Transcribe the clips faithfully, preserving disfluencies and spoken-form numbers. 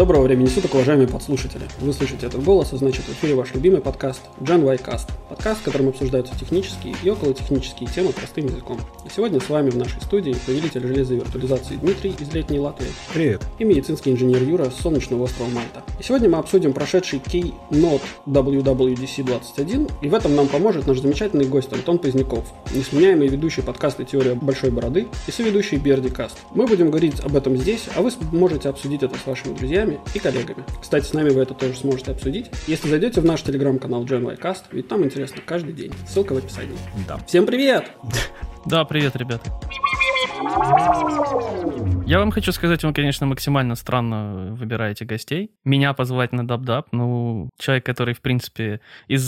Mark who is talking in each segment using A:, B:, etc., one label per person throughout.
A: Доброго времени суток, уважаемые подслушатели. Вы слышите этот голос, а значит в эфире ваш любимый подкаст GenYcast. Подкаст, в котором обсуждаются технические и околотехнические темы простым языком. И сегодня с вами в нашей студии повелитель железа и виртуализации Дмитрий из летней Латвии.
B: Привет.
A: И медицинский инженер Юра с солнечного острова Мальта. И сегодня мы обсудим прошедший Keynote дабл ю дабл ю ди си двадцать один, и в этом нам поможет наш замечательный гость Антон Поздняков, несменяемый ведущий подкаста «Теория большой бороды» и соведущий BRDcast. Мы будем говорить об этом здесь, а вы можете обсудить это с вашими друзьями и коллегами. Кстати, с нами вы это тоже сможете обсудить, если зайдете в наш телеграм-канал GenYcast, ведь там интересно каждый день. Ссылка в описании.
B: Да.
A: Всем привет!
C: Да, привет, ребята. Я вам хочу сказать, вы, конечно, максимально странно выбираете гостей. Меня позвать на даб-даб, ну, человек, который, в принципе, из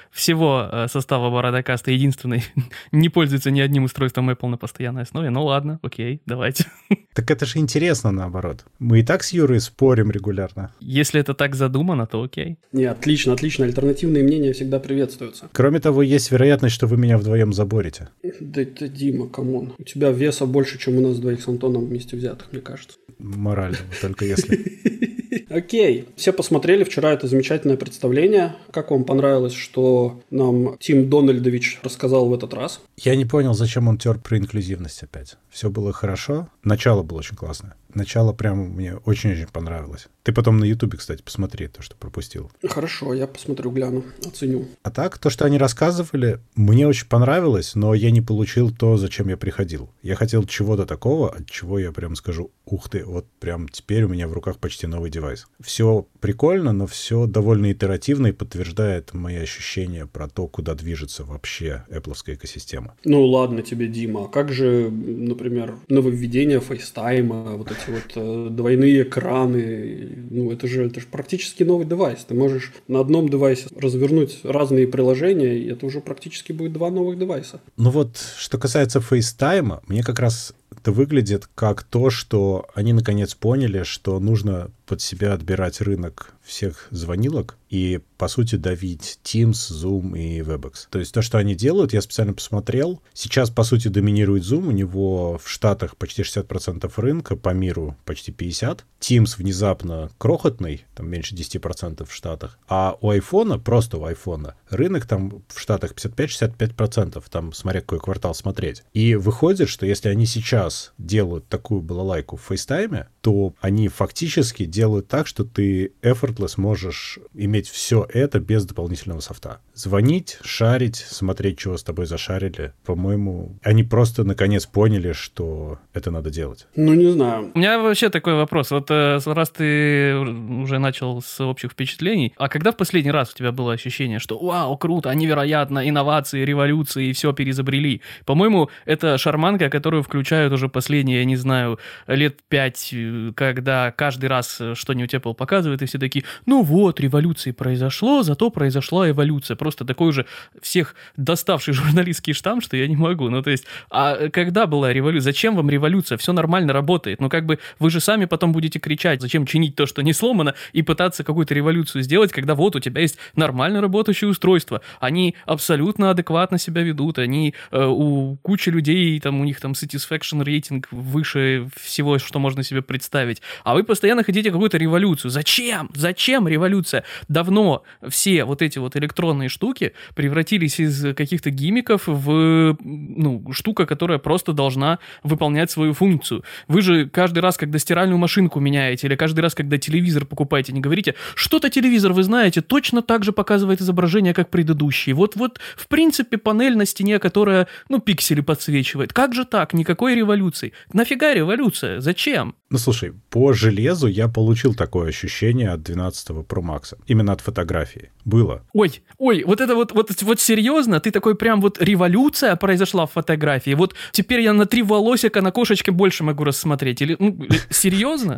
C: всего состава BRDcast единственный не пользуется ни одним устройством Apple на постоянной основе. Ну ладно, окей, давайте.
B: Так это же интересно, наоборот. Мы и так с Юрой спорим регулярно.
C: Если это так задумано, то окей.
A: Не, отлично, отлично. Альтернативные мнения всегда приветствуются.
B: Кроме того, есть вероятность, что вы меня вдвоем заборите.
A: Да это Дима, камон. У тебя веса больше, чем у нас двоих с Антоном вместе взятых, мне кажется.
B: Морально, только если...
A: Окей. Все посмотрели вчера это замечательное представление. Как вам понравилось, что нам Тим Дональдович рассказал в этот раз?
B: Я не понял, зачем он тер про инклюзивность опять. Все было хорошо. Начало было очень классное. Начало прям мне очень-очень понравилось. Ты потом на Ютубе, кстати, посмотри то, что пропустил.
A: Хорошо, я посмотрю, гляну, оценю.
B: А так, то, что они рассказывали, мне очень понравилось, но я не получил то, зачем я приходил. Я хотел чего-то такого, от чего я прям скажу, ух ты, вот прям теперь у меня в руках почти новый девайс. Все прикольно, но все довольно итеративно и подтверждает мои ощущения про то, куда движется вообще Apple-овская экосистема.
A: Ну ладно тебе, Дима, а как же, например, нововведение FaceTime, вот эти вот э, двойные экраны? Ну, это же, это же практически новый девайс. Ты можешь на одном девайсе развернуть разные приложения, и это уже практически будет два новых девайса.
B: Ну вот, что касается FaceTime, мне как раз это выглядит как то, что они наконец поняли, что нужно под себя отбирать рынок всех звонилок и, по сути, давить Teams, Zoom и Webex. То есть то, что они делают, я специально посмотрел. Сейчас, по сути, доминирует Zoom. У него в Штатах почти шестьдесят процентов рынка, по миру почти пятьдесят процентов. Teams внезапно крохотный, там меньше десять процентов в Штатах. А у айфона, просто у айфона, рынок там в Штатах пятьдесят пять - шестьдесят пять процентов, там смотря какой квартал смотреть. И выходит, что если они сейчас делают такую балалайку в FaceTime, то они фактически делают так, что ты effortless можешь иметь все это без дополнительного софта. Звонить, шарить, смотреть, чего с тобой зашарили. По-моему, они просто наконец поняли, что это надо делать.
A: Ну, не знаю.
C: У меня вообще такой вопрос. Вот раз ты уже начал с общих впечатлений, а когда в последний раз у тебя было ощущение, что вау, круто, невероятно, инновации, революции, и все переизобрели? По-моему, это шарманка, которую включают уже последние, я не знаю, лет пять, когда каждый раз что-нибудь Apple показывает, и все такие, ну вот, революции произошло, зато произошла эволюция. Просто такой же всех доставший журналистский штамм, что я не могу. Ну, то есть, а когда была революция? Зачем вам революция? Все нормально работает. Ну, как бы, вы же сами потом будете кричать, зачем чинить то, что не сломано, и пытаться какую-то революцию сделать, когда вот у тебя есть нормально работающее устройство. Они абсолютно адекватно себя ведут, они э, у кучи людей, там, у них там satisfaction рейтинг выше всего, что можно себе представить. А вы постоянно хотите какую-то революцию. Зачем? Зачем революция? Давно все вот эти вот электронные штуки превратились из каких-то гиммиков в, ну, штука, которая просто должна выполнять свою функцию. Вы же каждый раз, когда стиральную машинку меняете, или каждый раз, когда телевизор покупаете, не говорите, что-то телевизор, вы знаете, точно так же показывает изображение, как предыдущий. Вот-вот, в принципе, панель на стене, которая, ну, пиксели подсвечивает. Как же так? Никакой революции. Нафига революция? Зачем?
B: Ну, слушай, по железу я получил такое ощущение от двенадцатого Pro Max. Именно от фотографии. Было.
C: Ой, ой, вот это вот, вот, вот серьезно? Ты такой прям вот революция произошла в фотографии? Вот теперь я на три волосика на кошечке больше могу рассмотреть? Или, ну, серьезно?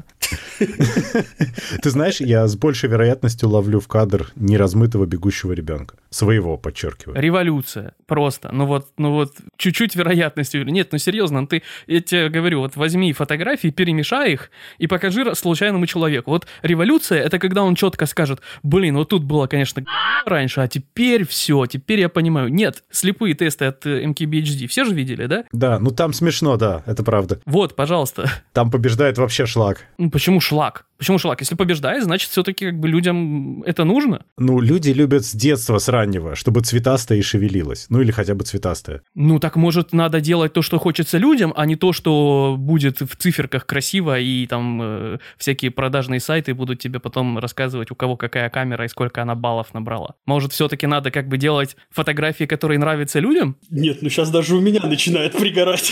B: Ты знаешь, я с большей вероятностью ловлю в кадр неразмытого бегущего ребенка. Своего, подчеркиваю.
C: Революция. Просто. Ну вот, ну вот, чуть-чуть вероятности. Нет, ну серьезно, ты, я тебе говорю, вот возьми фотографии, перемешай их и покажи случайному человеку. Вот революция — это когда он четко скажет, блин, вот тут было, конечно, раньше, а теперь все, теперь я понимаю. Нет, слепые тесты от эм кей би эйч ди все же видели, да?
B: Да, ну там смешно, да, это правда.
C: Вот, пожалуйста.
B: Там побеждает вообще шлак.
C: Ну, почему шлак? Почему шлак? Если побеждает, значит, все-таки как бы людям это нужно.
B: Ну, люди любят с детства, с раннего, чтобы цветастое и шевелилось. Ну, или хотя бы цветастое.
C: Ну, так, может, надо делать то, что хочется людям, а не то, что будет в циферках красиво, и там э, всякие продажные сайты будут тебе потом рассказывать, у кого какая камера и сколько она баллов набрала. Может, все-таки надо как бы делать фотографии, которые нравятся людям?
A: Нет, ну сейчас даже у меня начинает пригорать.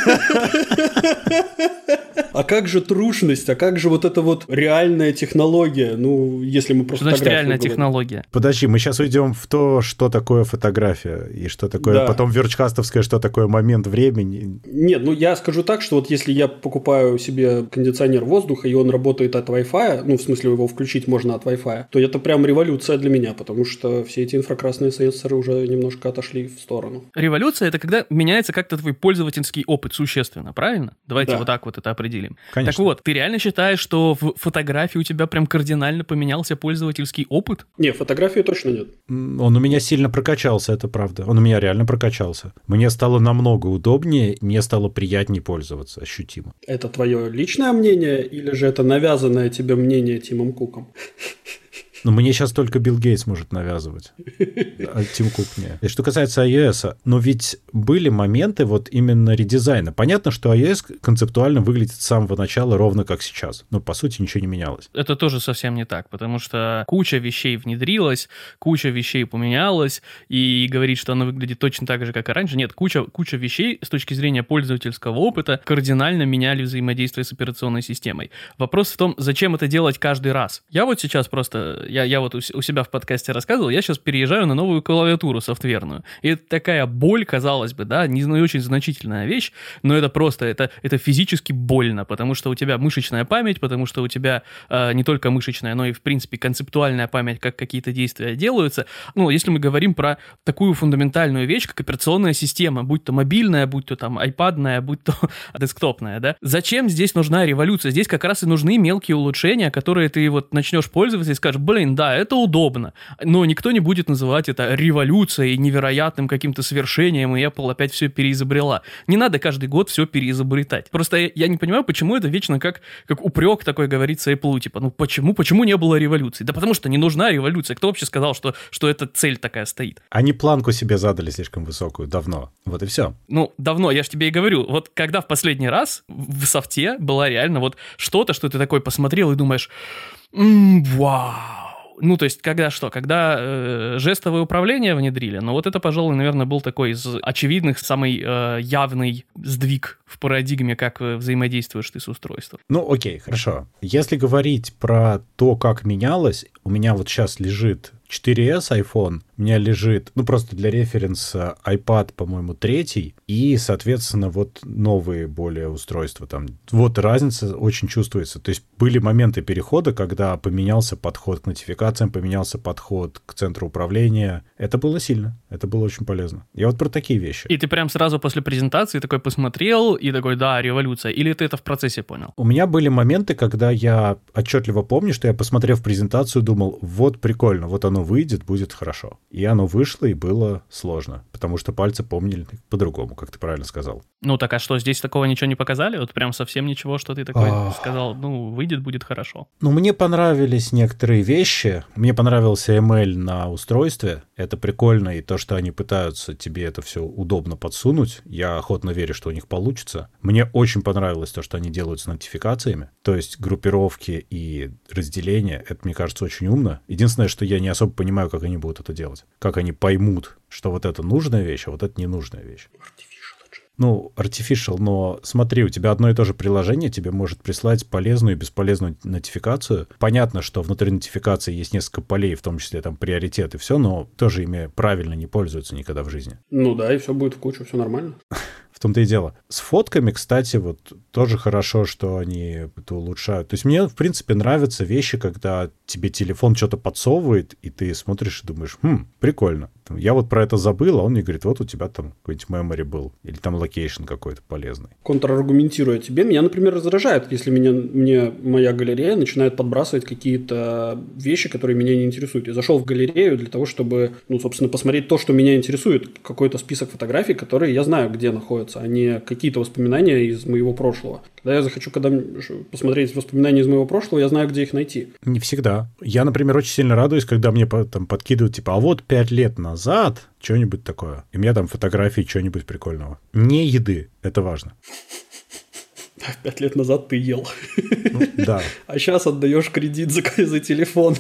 A: А как же трушность, а как же вот эта вот реальная технология? Ну, если мы просто...
C: Что значит реальная технология?
B: Подожди, мы сейчас уйдем в то, что такое фотография, и что такое
A: да.
B: потом верчкастовское, что такое момент времени.
A: Нет, ну я скажу так, что вот если я покупаю себе кондиционер воздуха, и он работает от Wi-Fi, ну, в смысле его включить можно от Wi-Fi, то это прям революция для меня, потому что все эти инфракрасные сенсоры уже немножко отошли в сторону.
C: Революция — это когда меняется как-то твой пользовательский опыт существенно, правильно? Давайте да. вот так вот это определим.
B: Конечно.
C: Так вот, ты реально считаешь, что в фотографии у тебя прям кардинально поменялся пользовательский опыт?
A: Не, фотографии точно нет.
B: Он у меня сильно прокачался, это правда. Он у меня реально прокачался. Мне стало намного удобнее, мне стало приятнее пользоваться, ощутимо.
A: Это твое личное мнение или же это навязанное тебе мнение Тимом Куком?
B: Но мне сейчас только Билл Гейтс может навязывать, а Тим Кук мне. И что касается iOS, но ведь были моменты вот именно редизайна. Понятно, что iOS концептуально выглядит с самого начала ровно как сейчас. Но по сути ничего не менялось.
C: Это тоже совсем не так, потому что куча вещей внедрилась, куча вещей поменялась, и говорить, что оно выглядит точно так же, как и раньше. Нет, куча, куча вещей с точки зрения пользовательского опыта кардинально меняли взаимодействие с операционной системой. Вопрос в том, зачем это делать каждый раз. Я вот сейчас просто... Я, я вот у, у себя в подкасте рассказывал, я сейчас переезжаю на новую клавиатуру софтверную. И это такая боль, казалось бы, да, не, не очень значительная вещь, но это просто, это, это физически больно, потому что у тебя мышечная память, потому что у тебя э, не только мышечная, но и, в принципе, концептуальная память, как какие-то действия делаются. Ну, если мы говорим про такую фундаментальную вещь, как операционная система, будь то мобильная, будь то там айпадная, будь то десктопная, да, зачем здесь нужна революция? Здесь как раз и нужны мелкие улучшения, которые ты вот начнешь пользоваться и скажешь, блин, да, это удобно, но никто не будет называть это революцией, невероятным каким-то свершением, и Apple опять все переизобрела. Не надо каждый год все переизобретать. Просто я, я не понимаю, почему это вечно как, как упрек такой говорится Apple, типа, ну почему, почему не было революции? Да потому что не нужна революция. Кто вообще сказал, что, что эта цель такая стоит?
B: Они планку себе задали слишком высокую давно. Вот и все.
C: Ну, давно, я же тебе и говорю. Вот когда в последний раз в софте была реально вот что-то, что ты такой посмотрел и думаешь, м-м, вау. Ну, то есть, когда что? Когда э, жестовое управление внедрили, но вот это, пожалуй, наверное, был такой из очевидных, самый э, явный сдвиг в парадигме, как взаимодействуешь ты с устройством.
B: Ну, окей, хорошо. Если говорить про то, как менялось, у меня вот сейчас лежит четыре эс iPhone, у меня лежит, ну, просто для референса, iPad, по-моему, третий, и, соответственно, вот новые более устройства там. Вот разница очень чувствуется. То есть были моменты перехода, когда поменялся подход к нотификациям, поменялся подход к центру управления. Это было сильно, это было очень полезно. Я вот про такие вещи.
C: И ты прям сразу после презентации такой посмотрел и такой, да, революция. Или ты это в процессе понял?
B: У меня были моменты, когда я отчетливо помню, что я, посмотрев презентацию, думал, вот прикольно, вот оно выйдет, будет хорошо. И оно вышло, и было сложно, потому что пальцы помнили по-другому, как ты правильно сказал.
C: Ну так а что, здесь такого ничего не показали? Вот прям совсем ничего, что ты такой Ох. сказал, ну, выйдет, будет хорошо.
B: Ну, мне понравились некоторые вещи. Мне понравился эм эл на устройстве. Это прикольно, и то, что они пытаются тебе это все удобно подсунуть, я охотно верю, что у них получится. Мне очень понравилось то, что они делают с нотификациями, то есть группировки и разделения. Это, мне кажется, очень умно. Единственное, что я не особо понимаю, как они будут это делать. Как они поймут, что вот это нужная вещь, а вот это ненужная вещь. Ну, artificial, но смотри, у тебя одно и то же приложение тебе может прислать полезную и бесполезную нотификацию. Понятно, что внутри нотификации есть несколько полей, в том числе там приоритет и все, но тоже ими правильно не пользуются никогда в жизни.
A: Ну да, и все будет в кучу, все нормально.
B: В том-то и дело. С фотками, кстати, вот тоже хорошо, что они это улучшают. То есть мне, в принципе, нравятся вещи, когда тебе телефон что-то подсовывает, и ты смотришь и думаешь, хм, прикольно. Я вот про это забыл, а он мне говорит, вот у тебя там какой-нибудь memory был, или там локейшн какой-то полезный.
A: Контраргументируя тебе, меня, например, раздражает, если меня, мне моя галерея начинает подбрасывать какие-то вещи, которые меня не интересуют. Я зашел в галерею для того, чтобы, ну, собственно, посмотреть то, что меня интересует. Какой-то список фотографий, которые я знаю, где находятся. появятся, а не какие-то воспоминания из моего прошлого. Когда я захочу когда посмотреть воспоминания из моего прошлого, я знаю, где их найти.
B: Не всегда. Я, например, очень сильно радуюсь, когда мне там подкидывают, типа, а вот пять лет назад что-нибудь такое. И у меня там фотографии чего-нибудь прикольного. Не еды, это важно.
A: Пять лет назад ты ел.
B: Ну, да.
A: А сейчас отдаешь кредит за, за телефон.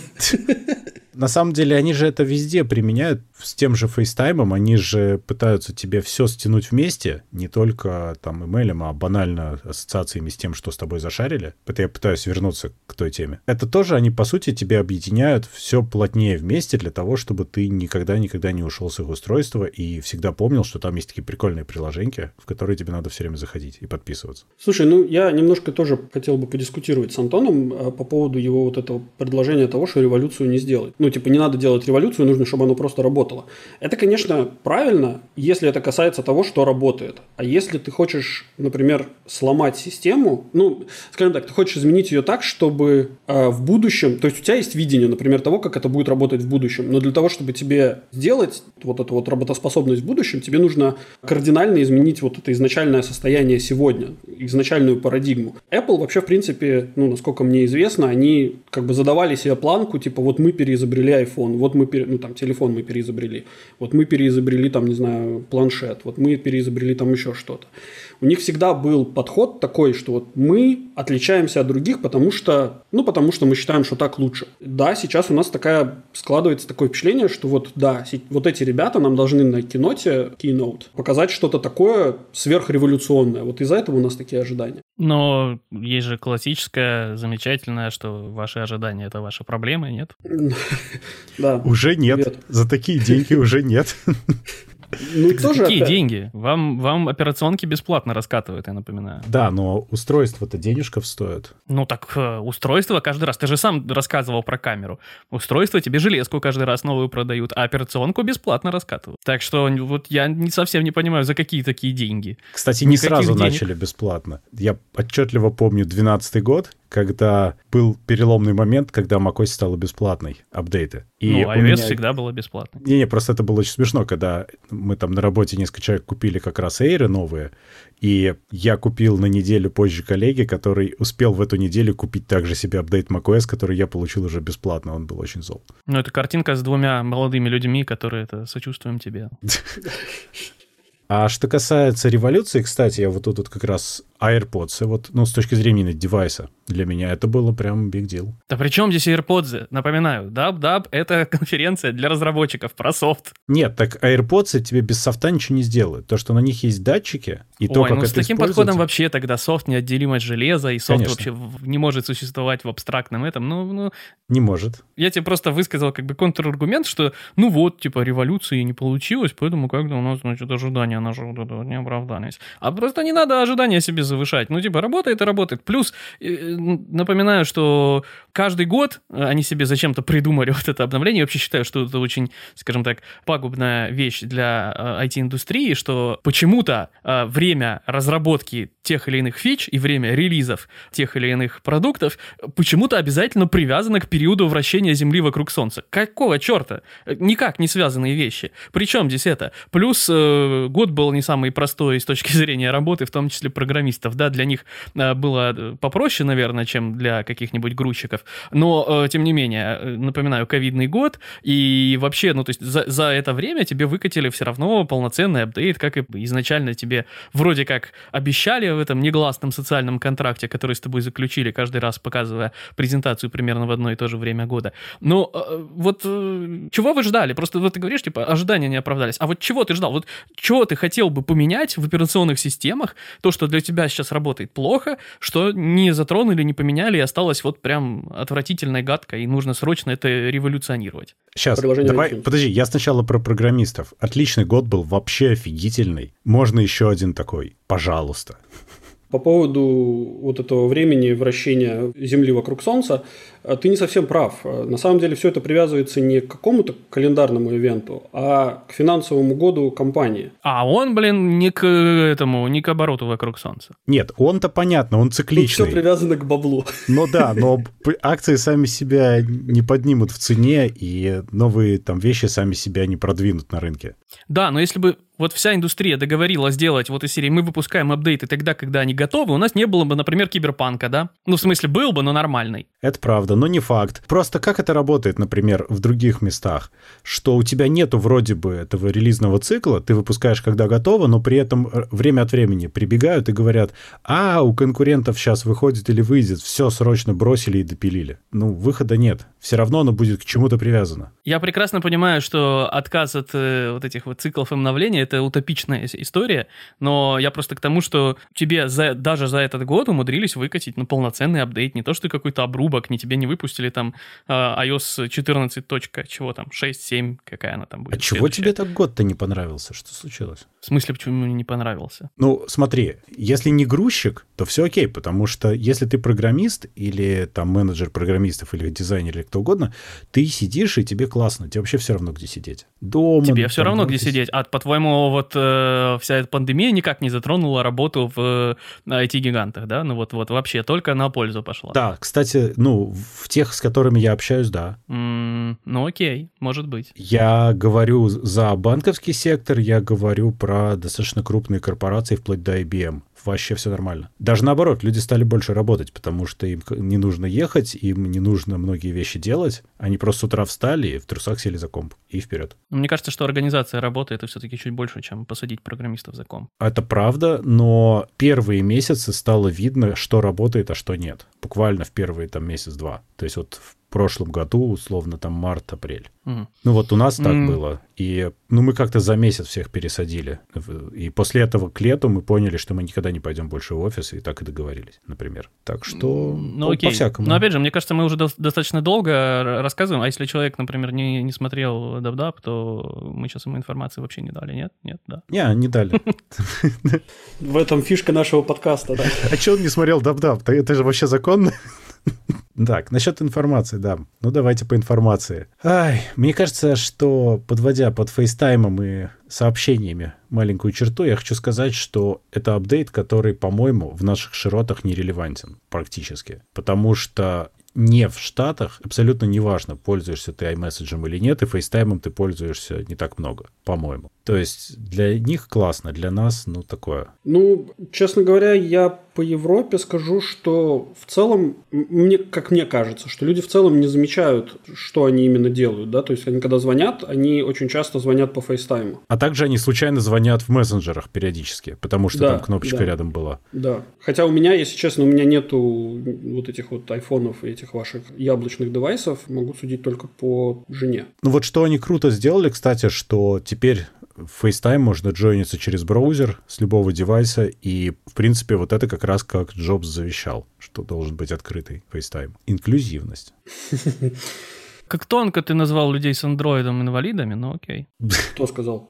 B: На самом деле, они же это везде применяют. С тем же фейстаймом они же пытаются тебе все стянуть вместе, не только там имейлем, а банально ассоциациями с тем, что с тобой зашарили. Это я пытаюсь вернуться к той теме. Это тоже они, по сути, тебе объединяют все плотнее вместе для того, чтобы ты никогда-никогда не ушел с их устройства и всегда помнил, что там есть такие прикольные приложеньки, в которые тебе надо все время заходить и подписываться.
A: Слушай, ну я немножко тоже хотел бы подискутировать с Антоном по поводу его вот этого предложения того, что революцию не сделать. Ну, типа, не надо делать революцию, нужно, чтобы оно просто работало. Это, конечно, правильно, если это касается того, что работает. А если ты хочешь, например, сломать систему, ну, скажем так, ты хочешь изменить ее так, чтобы э, в будущем, то есть у тебя есть видение, например, того, как это будет работать в будущем, но для того, чтобы тебе сделать вот эту вот работоспособность в будущем, тебе нужно кардинально изменить вот это изначальное состояние сегодня, изначальную парадигму. Apple вообще, в принципе, ну, насколько мне известно, они как бы задавали себе планку, типа, вот мы переизобрели iPhone, вот мы, пере... ну, там, телефон мы переизобрели, вот мы переизобрели, там, не знаю, планшет, вот мы переизобрели там еще что-то. У них всегда был подход такой, что вот мы отличаемся от других, потому что, ну, потому что мы считаем, что так лучше. Да, сейчас у нас такая, складывается такое впечатление, что вот, да, вот эти ребята нам должны на киноте, Keynote, показать что-то такое сверхреволюционное. Вот из-за этого у нас такие ожидания.
C: Но есть же классическое, замечательное, что ваши ожидания – это ваши проблемы, нет?
A: Да.
B: Уже нет. За такие деньги уже нет.
A: Ну,
C: так тоже какие опять... деньги? Вам, вам операционки бесплатно раскатывают, я напоминаю.
B: Да, но устройство-то денежков стоит.
C: Ну так э, устройство каждый раз. Ты же сам рассказывал про камеру. Устройство тебе железку каждый раз новую продают, а операционку бесплатно раскатывают. Так что вот я не совсем не понимаю, за какие такие деньги.
B: Кстати, не Никаких сразу денег. Начали бесплатно. Я отчетливо помню двенадцатый год, когда был переломный момент, когда macOS стала бесплатной, апдейты.
C: И ну, iOS меня... всегда было бесплатно.
B: Не-не, просто это было очень смешно, когда мы там на работе несколько человек купили как раз Air новые, и я купил на неделю позже коллеги, который успел в эту неделю купить также себе апдейт macOS, который я получил уже бесплатно, он был очень зол.
C: Ну, это картинка с двумя молодыми людьми, которые это сочувствуем тебе.
B: А что касается революции, кстати, я вот тут вот как раз AirPods, вот, ну, с точки зрения девайса, для меня это было прям big deal.
C: Да при чем здесь AirPods? Напоминаю, даб даб — это конференция для разработчиков про софт.
B: Нет, так AirPods тебе без софта ничего не сделают. То, что на них есть датчики, и
C: Ой,
B: то, как
C: ну
B: это
C: с таким
B: используется...
C: подходом вообще тогда софт неотделим от железа, и софт
B: Конечно.
C: вообще не может существовать в абстрактном этом. Ну, ну...
B: Не может.
C: Я тебе просто высказал как бы контраргумент, что ну вот, типа, революции не получилось, поэтому как-то у нас, значит, ожидания наши вот это вот не оправдались. А просто не надо ожидания себе завышать. Ну, типа, работает и работает. Плюс, напоминаю, что каждый год они себе зачем-то придумали вот это обновление. Я вообще считаю, что это очень, скажем так, пагубная вещь для ай ти-индустрии, что почему-то время разработки тех или иных фич и время релизов тех или иных продуктов почему-то обязательно привязано к периоду вращения Земли вокруг Солнца. Какого черта? Никак не связанные вещи. Причем здесь это? Плюс э, год был не самый простой с точки зрения работы, в том числе программистов. Да, для них э, было попроще, наверное, чем для каких-нибудь грузчиков. Но, э, тем не менее, напоминаю, ковидный год, и вообще, ну, то есть за, за это время тебе выкатили все равно полноценный апдейт, как и изначально тебе вроде как обещали в этом негласном социальном контракте, который с тобой заключили, каждый раз показывая презентацию примерно в одно и то же время года. Но э, вот э, чего вы ждали? Просто вот ты говоришь, типа, ожидания не оправдались. А вот чего ты ждал? Вот чего ты хотел бы поменять в операционных системах? То, что для тебя сейчас работает плохо, что не затронули, не поменяли, и осталось вот прям отвратительно и гадко, и нужно срочно это революционировать.
B: Сейчас, давай, подожди, я сначала про программистов. Отличный год был, вообще офигительный. Можно еще один такой? Пожалуйста.
A: По поводу вот этого времени вращения Земли вокруг Солнца, ты не совсем прав. На самом деле все это привязывается не к какому-то календарному ивенту, а к финансовому году компании.
C: А он, блин, не к этому, не к обороту вокруг солнца.
B: Нет, он-то понятно, он цикличный.
A: Тут все привязано к баблу.
B: Ну да, но акции сами себя не поднимут в цене, и новые там вещи сами себя не продвинут на рынке.
C: Да, но если бы вот вся индустрия договорилась сделать вот из серии «мы выпускаем апдейты тогда, когда они готовы», у нас не было бы, например, киберпанка, да? Ну, в смысле, был бы, но нормальный.
B: Это правда, но не факт. Просто как это работает, например, в других местах? Что у тебя нету вроде бы этого релизного цикла, ты выпускаешь, когда готово, но при этом время от времени прибегают и говорят: а, у конкурентов сейчас выходит или выйдет, все срочно бросили и допилили. Ну, выхода нет. Все равно оно будет к чему-то привязано.
C: Я прекрасно понимаю, что отказ от э, вот этих вот циклов обновления — это утопичная история, но я просто к тому, что тебе за, даже за этот год умудрились выкатить ну, полноценный апдейт, не то что какой-то обрубок, не тебе не выпустили там э, iOS четырнадцать. Чего там, шесть, семь, какая она там будет.
B: А чего тебе так год-то не понравился? Что случилось?
C: В смысле, почему мне не понравился?
B: Ну, смотри, если не грузчик, то все окей, потому что если ты программист или там менеджер программистов или дизайнер или кто угодно, ты сидишь и тебе классно, тебе вообще все равно, где сидеть. Дома.
C: Тебе все равно, где
B: офисе.
C: сидеть. А по-твоему, вот э, вся эта пандемия никак не затронула работу в э, ай ти-гигантах, да? Ну вот, вот вообще только на пользу пошла.
B: Да, кстати, ну, в тех, с которыми я общаюсь, да.
C: Mm, ну окей, может быть.
B: Я говорю за банковский сектор, я говорю про достаточно крупные корпорации, вплоть до ай би эм. Вообще все нормально. Даже наоборот, люди стали больше работать, потому что им не нужно ехать, им не нужно многие вещи делать. Они просто с утра встали и в трусах сели за комп. И вперед.
C: Мне кажется, что организация работы — это все-таки чуть больше, чем посадить программистов за комп.
B: Это правда, но первые месяцы стало видно, что работает, а что нет. Буквально в первые там месяц-два. То есть вот в прошлом году, условно, там март-апрель.
C: Mm.
B: Ну вот у нас так
C: Mm.
B: было. И ну, мы как-то за месяц всех пересадили. И после этого к лету мы поняли, что мы никогда не пойдем больше в офис, и так и договорились, например. Так что
C: ну,
B: по-
C: окей.
B: по-всякому.
C: Но опять же, мне кажется, мы уже до- достаточно долго рассказываем, а если человек, например, не, не смотрел дабдаб, то мы сейчас ему информации вообще не дали, нет? Нет, да.
B: Не, не дали.
A: В этом фишка нашего подкаста, да.
B: А что он не смотрел дабдаб? Это же вообще законно? Так, насчет информации, да. Ну, давайте по информации. Ай, мне кажется, что, подводя под фейстаймом и сообщениями маленькую черту, я хочу сказать, что это апдейт, который, по-моему, в наших широтах нерелевантен практически. Потому что не в Штатах абсолютно неважно, пользуешься ты iMessage или нет, и фейстаймом ты пользуешься не так много, по-моему. То есть для них классно, для нас, ну, такое.
A: Ну, честно говоря, я по Европе скажу, что в целом, мне, как мне кажется, что люди в целом не замечают, что они именно делают, да, то есть они когда звонят, они очень часто звонят по фейстайму.
B: А также они случайно звонят в мессенджерах периодически, потому что
A: Да,
B: там кнопочка
A: да.
B: рядом была.
A: Да, хотя у меня, если честно, у меня нету вот этих вот айфонов и этих ваших яблочных девайсов, могу судить только по жене.
B: Ну вот что они круто сделали, кстати, что теперь в FaceTime можно джойниться через браузер с любого девайса, и, в принципе, вот это как раз как Джобс завещал, что должен быть открытый FaceTime. Инклюзивность.
C: Как тонко ты назвал людей с андроидом инвалидами, ну окей.
A: Кто сказал?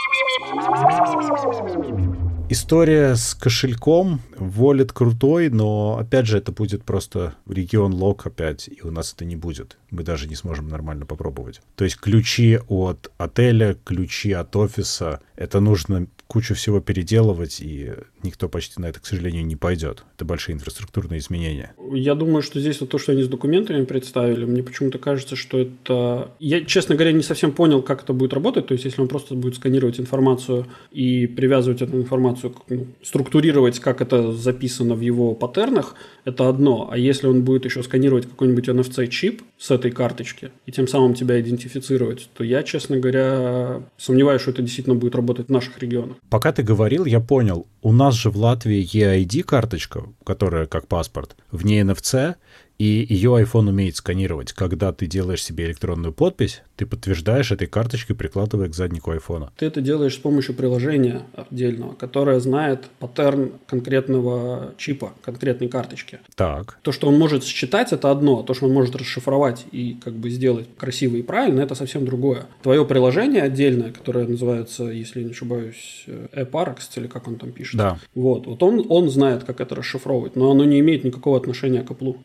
B: История с кошельком. Wallet крутой, но, опять же, это будет просто регион лог опять, и у нас это не будет. Мы даже не сможем нормально попробовать. То есть ключи от отеля, ключи от офиса, это нужно кучу всего переделывать, и никто почти на это, к сожалению, не пойдет. Это большие инфраструктурные изменения.
A: Я думаю, что здесь вот то, что они с документами представили, мне почему-то кажется, что это... Я, честно говоря, не совсем понял, как это будет работать. То есть, если он просто будет сканировать информацию и привязывать эту информацию, ну, структурировать, как это записано в его паттернах, это одно. А если он будет еще сканировать какой-нибудь эн эф си-чип с этой карточки и тем самым тебя идентифицировать, то я, честно говоря, сомневаюсь, что это действительно будет работать в наших регионах.
B: Пока ты говорил, я понял. У нас же в Латвии и ай ди-карточка, которая как паспорт, в ней эн эф си, и ее iPhone умеет сканировать. Когда ты делаешь себе электронную подпись, ты подтверждаешь этой карточкой, прикладывая к заднику айфона.
A: Ты это делаешь с помощью приложения отдельного, которое знает паттерн конкретного чипа, конкретной карточки.
B: Так.
A: То, что он может считать, это одно, а то, что он может расшифровать и как бы сделать красиво и правильно, это совсем другое. Твое приложение отдельное, которое называется, если я не ошибаюсь, AppArx, или как он там пишет.
B: Да.
A: Вот, вот он, он знает, как это расшифровывать, но оно не имеет никакого отношения к Apple.
B: Ну, знаешь,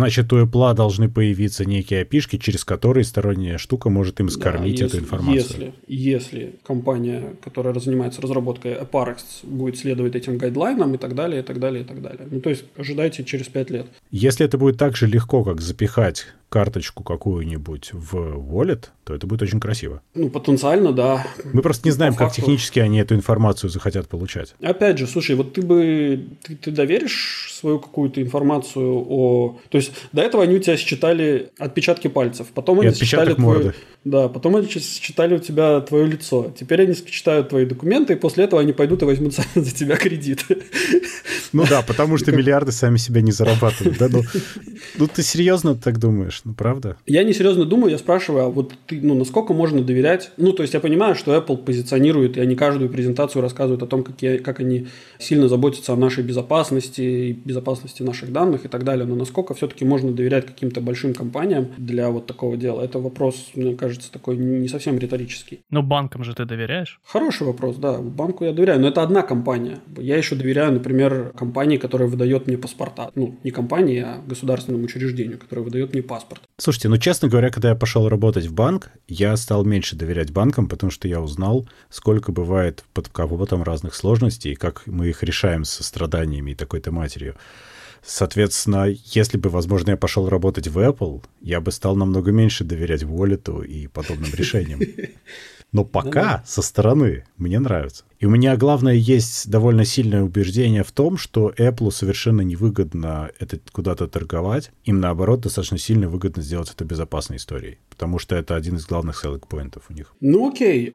B: значит, у Apple должны появиться некие эй пи ай-шки, через которые сторонняя штука может им скормить
A: да,
B: эту
A: если,
B: информацию.
A: Если, если компания, которая занимается разработкой AppRx, будет следовать этим гайдлайнам и так далее, и так далее, и так далее. Ну, то есть, ожидайте через пять лет.
B: Если это будет так же легко, как запихать карточку какую-нибудь в wallet, то это будет очень красиво.
A: Ну, потенциально, да.
B: Мы просто не знаем,
A: По
B: как
A: факту...
B: технически они эту информацию захотят получать.
A: Опять же, слушай, вот ты бы... Ты, ты доверишь свою какую-то информацию о... То есть, до этого они у тебя считали отпечатки пальцев, потом
B: и
A: они считали
B: морды.
A: Твой... Да, потом они считали у тебя твое лицо. Теперь они считают твои документы, и после этого они пойдут и возьмут сами за тебя кредит.
B: Ну да, потому что миллиарды сами себя не зарабатывают. Да? Ну, ну ты серьезно так думаешь? Ну правда?
A: Я не серьезно думаю, я спрашиваю, а вот ты, ну, насколько можно доверять? Ну, то есть я понимаю, что Apple позиционирует, и они каждую презентацию рассказывают о том, какие, как они сильно заботятся о нашей безопасности, и безопасности наших данных и так далее. Но насколько все-таки можно доверять каким-то большим компаниям для вот такого дела? Это вопрос, мне кажется, такой не совсем риторический.
C: Но банкам же ты доверяешь?
A: Хороший вопрос, да. Банку я доверяю, но это одна компания. Я еще доверяю, например, компании, которая выдает мне паспорта. Ну, не компании, а государственному учреждению, которое выдает мне паспорт.
B: Слушайте, ну, честно говоря, когда я пошел работать в банк, я стал меньше доверять банкам, потому что я узнал, сколько бывает под капотом разных сложностей, и как мы их решаем со страданиями и такой-то матерью. Соответственно, если бы, возможно, я пошел работать в Apple, я бы стал намного меньше доверять Wallet и подобным решениям. Но пока со стороны мне нравится. И у меня, главное, есть довольно сильное убеждение в том, что Apple совершенно невыгодно это куда-то торговать. Им, наоборот, достаточно сильно выгодно сделать это безопасной историей. Потому что это один из главных селлинг-поинтов у них.
A: Ну окей.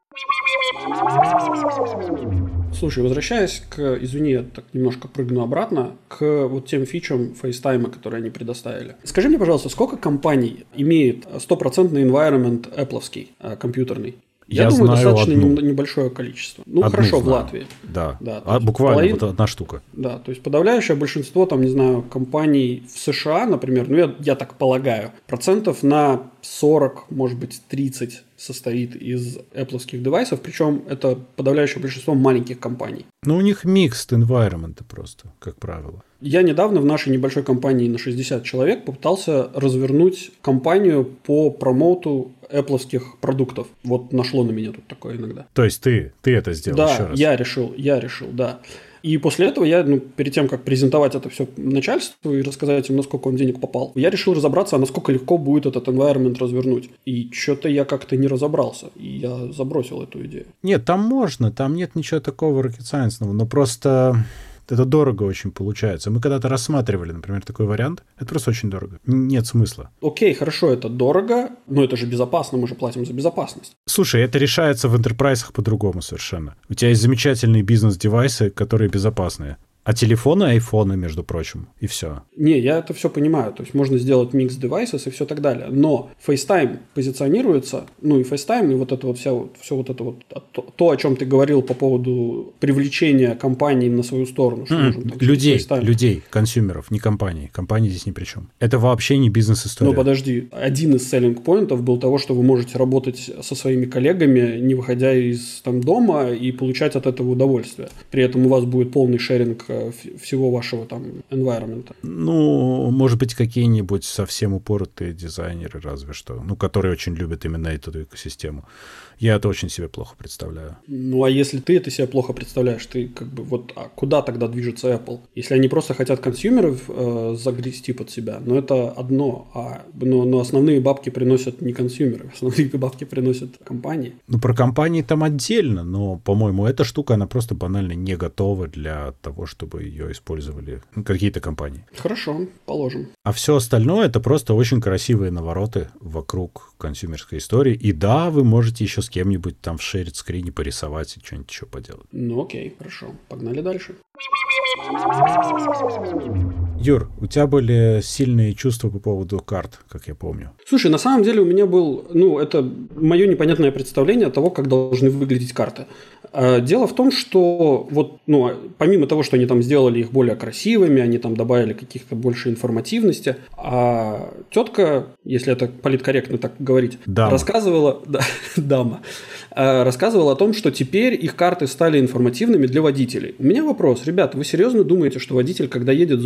A: Слушай, возвращаясь к, извини, я так немножко прыгну обратно, к вот тем фичам FaceTime, которые они предоставили. Скажи мне, пожалуйста, сколько компаний имеет стопроцентный environment Apple'овский, компьютерный? Я, я думаю, знаю достаточно одну. небольшое количество. Ну, одну хорошо, знаю. В Латвии.
B: Да, да а буквально половин... вот одна штука.
A: Да, то есть подавляющее большинство, там, не знаю, компаний в США, например, ну, я, я так полагаю, процентов на сорок, может быть, тридцать состоит из Apple'овских девайсов, причем это подавляющее большинство маленьких компаний.
B: Ну, у них mixed environment просто, как правило.
A: Я недавно в нашей небольшой компании на шестьдесят человек попытался развернуть компанию по промоуту Apple'овских продуктов. Вот нашло на меня тут такое иногда.
B: То есть ты, ты это сделал
A: да,
B: еще раз?
A: Да, я решил, я решил, да. И после этого я, ну, перед тем, как презентовать это все начальству и рассказать им, насколько он денег попал, я решил разобраться, а насколько легко будет этот environment развернуть. И что-то я как-то не разобрался, и я забросил эту идею.
B: Нет, там можно, там нет ничего такого rocket science-ного, но просто... Это дорого очень получается. Мы когда-то рассматривали, например, такой вариант. Это просто очень дорого. Нет смысла.
A: Окей, хорошо, это дорого, но это же безопасно, мы же платим за безопасность.
B: Слушай, это решается в энтерпрайзах по-другому совершенно. У тебя есть замечательные бизнес-девайсы, которые безопасные. А телефоны, айфоны, между прочим, и все.
A: Не, я это все понимаю. То есть можно сделать микс девайсов и все так далее. Но FaceTime позиционируется, ну и FaceTime, и вот это вот вся, все вот это вот, то, то, о чем ты говорил по поводу привлечения компаний на свою сторону. Что
B: mm,
A: нужно, так,
B: людей, людей, консюмеров, не компаний. Компании здесь ни при чем. Это вообще не бизнес-история.
A: Ну подожди, один из селлинг-поинтов был того, что вы можете работать со своими коллегами, не выходя из там, дома, и получать от этого удовольствие. При этом у вас будет полный шеринг всего вашего там environment.
B: Ну, может быть, какие-нибудь совсем упоротые дизайнеры, разве что, ну, которые очень любят именно эту экосистему. Я это очень себе плохо представляю.
A: Ну, а если ты это себе плохо представляешь, ты как бы вот а куда тогда движется Apple? Если они просто хотят консюмеров э, загрести под себя, ну, это одно, а, но, но основные бабки приносят не консюмеры, основные бабки приносят компании.
B: Ну, про компании там отдельно, но, по-моему, эта штука, она просто банально не готова для того, чтобы ее использовали какие-то компании.
A: Хорошо, положим.
B: А все остальное — это просто очень красивые навороты вокруг консюмерской истории. И да, вы можете еще с кем-нибудь там в шерит-скрине порисовать и что-нибудь еще поделать.
A: Ну окей, хорошо. Погнали дальше.
B: Юр, у тебя были сильные чувства по поводу карт, как я помню.
A: Слушай, на самом деле у меня был, ну, это мое непонятное представление того, как должны выглядеть карты. Дело в том, что вот, ну, помимо того, что они там сделали их более красивыми, они там добавили каких-то больше информативности, а тетка, если это политкорректно так говорить,
B: дама.
A: рассказывала, да, дама, рассказывала о том, что теперь их карты стали информативными для водителей. У меня вопрос, ребята, вы серьезно думаете, что водитель, когда едет за рулем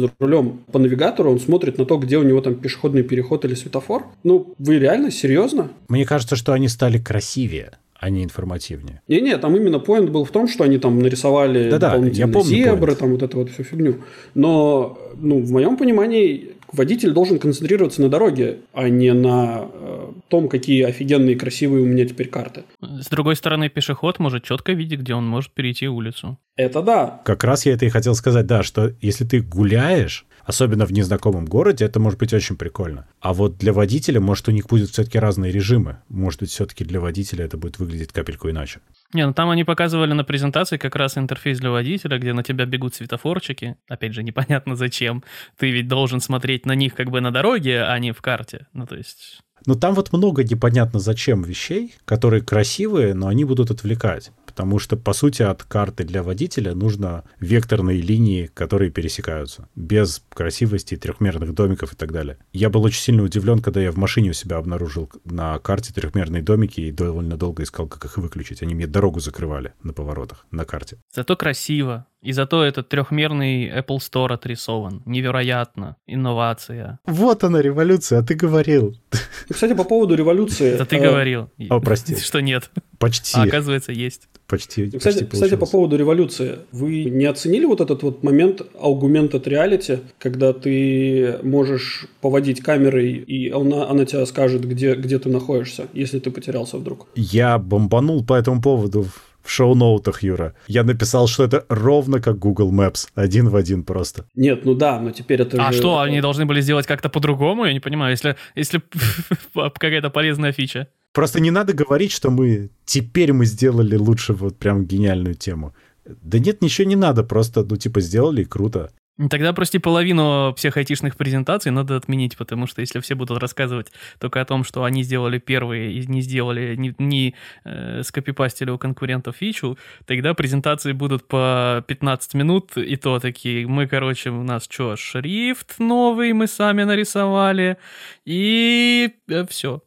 A: нем по навигатору он смотрит на то, где у него там пешеходный переход или светофор. Ну, вы реально? Серьезно?
B: Мне кажется, что они стали красивее, а не информативнее.
A: Не-не, там именно поинт был в том, что они там нарисовали
B: Да-да,
A: дополнительные
B: я помню
A: зебры,
B: point.
A: там вот эту вот всю фигню. Но, ну, в моем понимании, водитель должен концентрироваться на дороге, а не на э, том, какие офигенные красивые у меня теперь карты.
C: С другой стороны, пешеход может четко видеть, где он может перейти улицу.
A: Это да.
B: Как раз я это и хотел сказать, да, что если ты гуляешь, особенно в незнакомом городе, это может быть очень прикольно. А вот для водителя, может, у них будут все-таки разные режимы. Может быть, все-таки для водителя это будет выглядеть капельку иначе.
C: Не, ну там они показывали на презентации как раз интерфейс для водителя, где на тебя бегут светофорчики. Опять же, непонятно зачем. Ты ведь должен смотреть на них как бы на дороге, а не в карте. Ну, то есть...
B: Но там вот много непонятно зачем вещей, которые красивые, но они будут отвлекать. Потому что, по сути, от карты для водителя нужно векторные линии, которые пересекаются, без красивости, трехмерных домиков и так далее. Я был очень сильно удивлен, когда я в машине у себя обнаружил на карте трехмерные домики и довольно долго искал, как их выключить. Они мне дорогу закрывали на поворотах на карте.
C: Зато красиво. И зато этот трехмерный Apple Store отрисован. Невероятно. Инновация.
B: Вот она, революция, а ты говорил.
A: И, кстати, по поводу революции...
C: Это ты
A: э,
C: говорил.
B: О, прости.
C: Что нет.
B: Почти.
C: А оказывается, есть.
B: Почти,
A: Кстати,
B: почти
A: кстати, по поводу революции. Вы не оценили вот этот вот момент augmented reality, когда ты можешь поводить камерой, и она, она тебе скажет, где, где ты находишься, если ты потерялся вдруг?
B: Я бомбанул по этому поводу в шоу-ноутах, Юра. Я написал, что это ровно как Google Maps. Один в один просто.
A: Нет, ну да, но теперь это
C: А
A: же...
C: что, они должны были сделать как-то по-другому? Я не понимаю, если, если какая-то полезная фича.
B: Просто не надо говорить, что мы теперь мы сделали лучше вот прям гениальную тему. Да нет, ничего не надо, просто, ну, типа, сделали и круто.
C: Тогда, прости, половину всех айтишных презентаций надо отменить, потому что если все будут рассказывать только о том, что они сделали первые и не сделали, не, не э, скопипастили у конкурентов фичу, тогда презентации будут по пятнадцать минут, и то такие, мы, короче, у нас что, шрифт новый мы сами нарисовали, и э, все.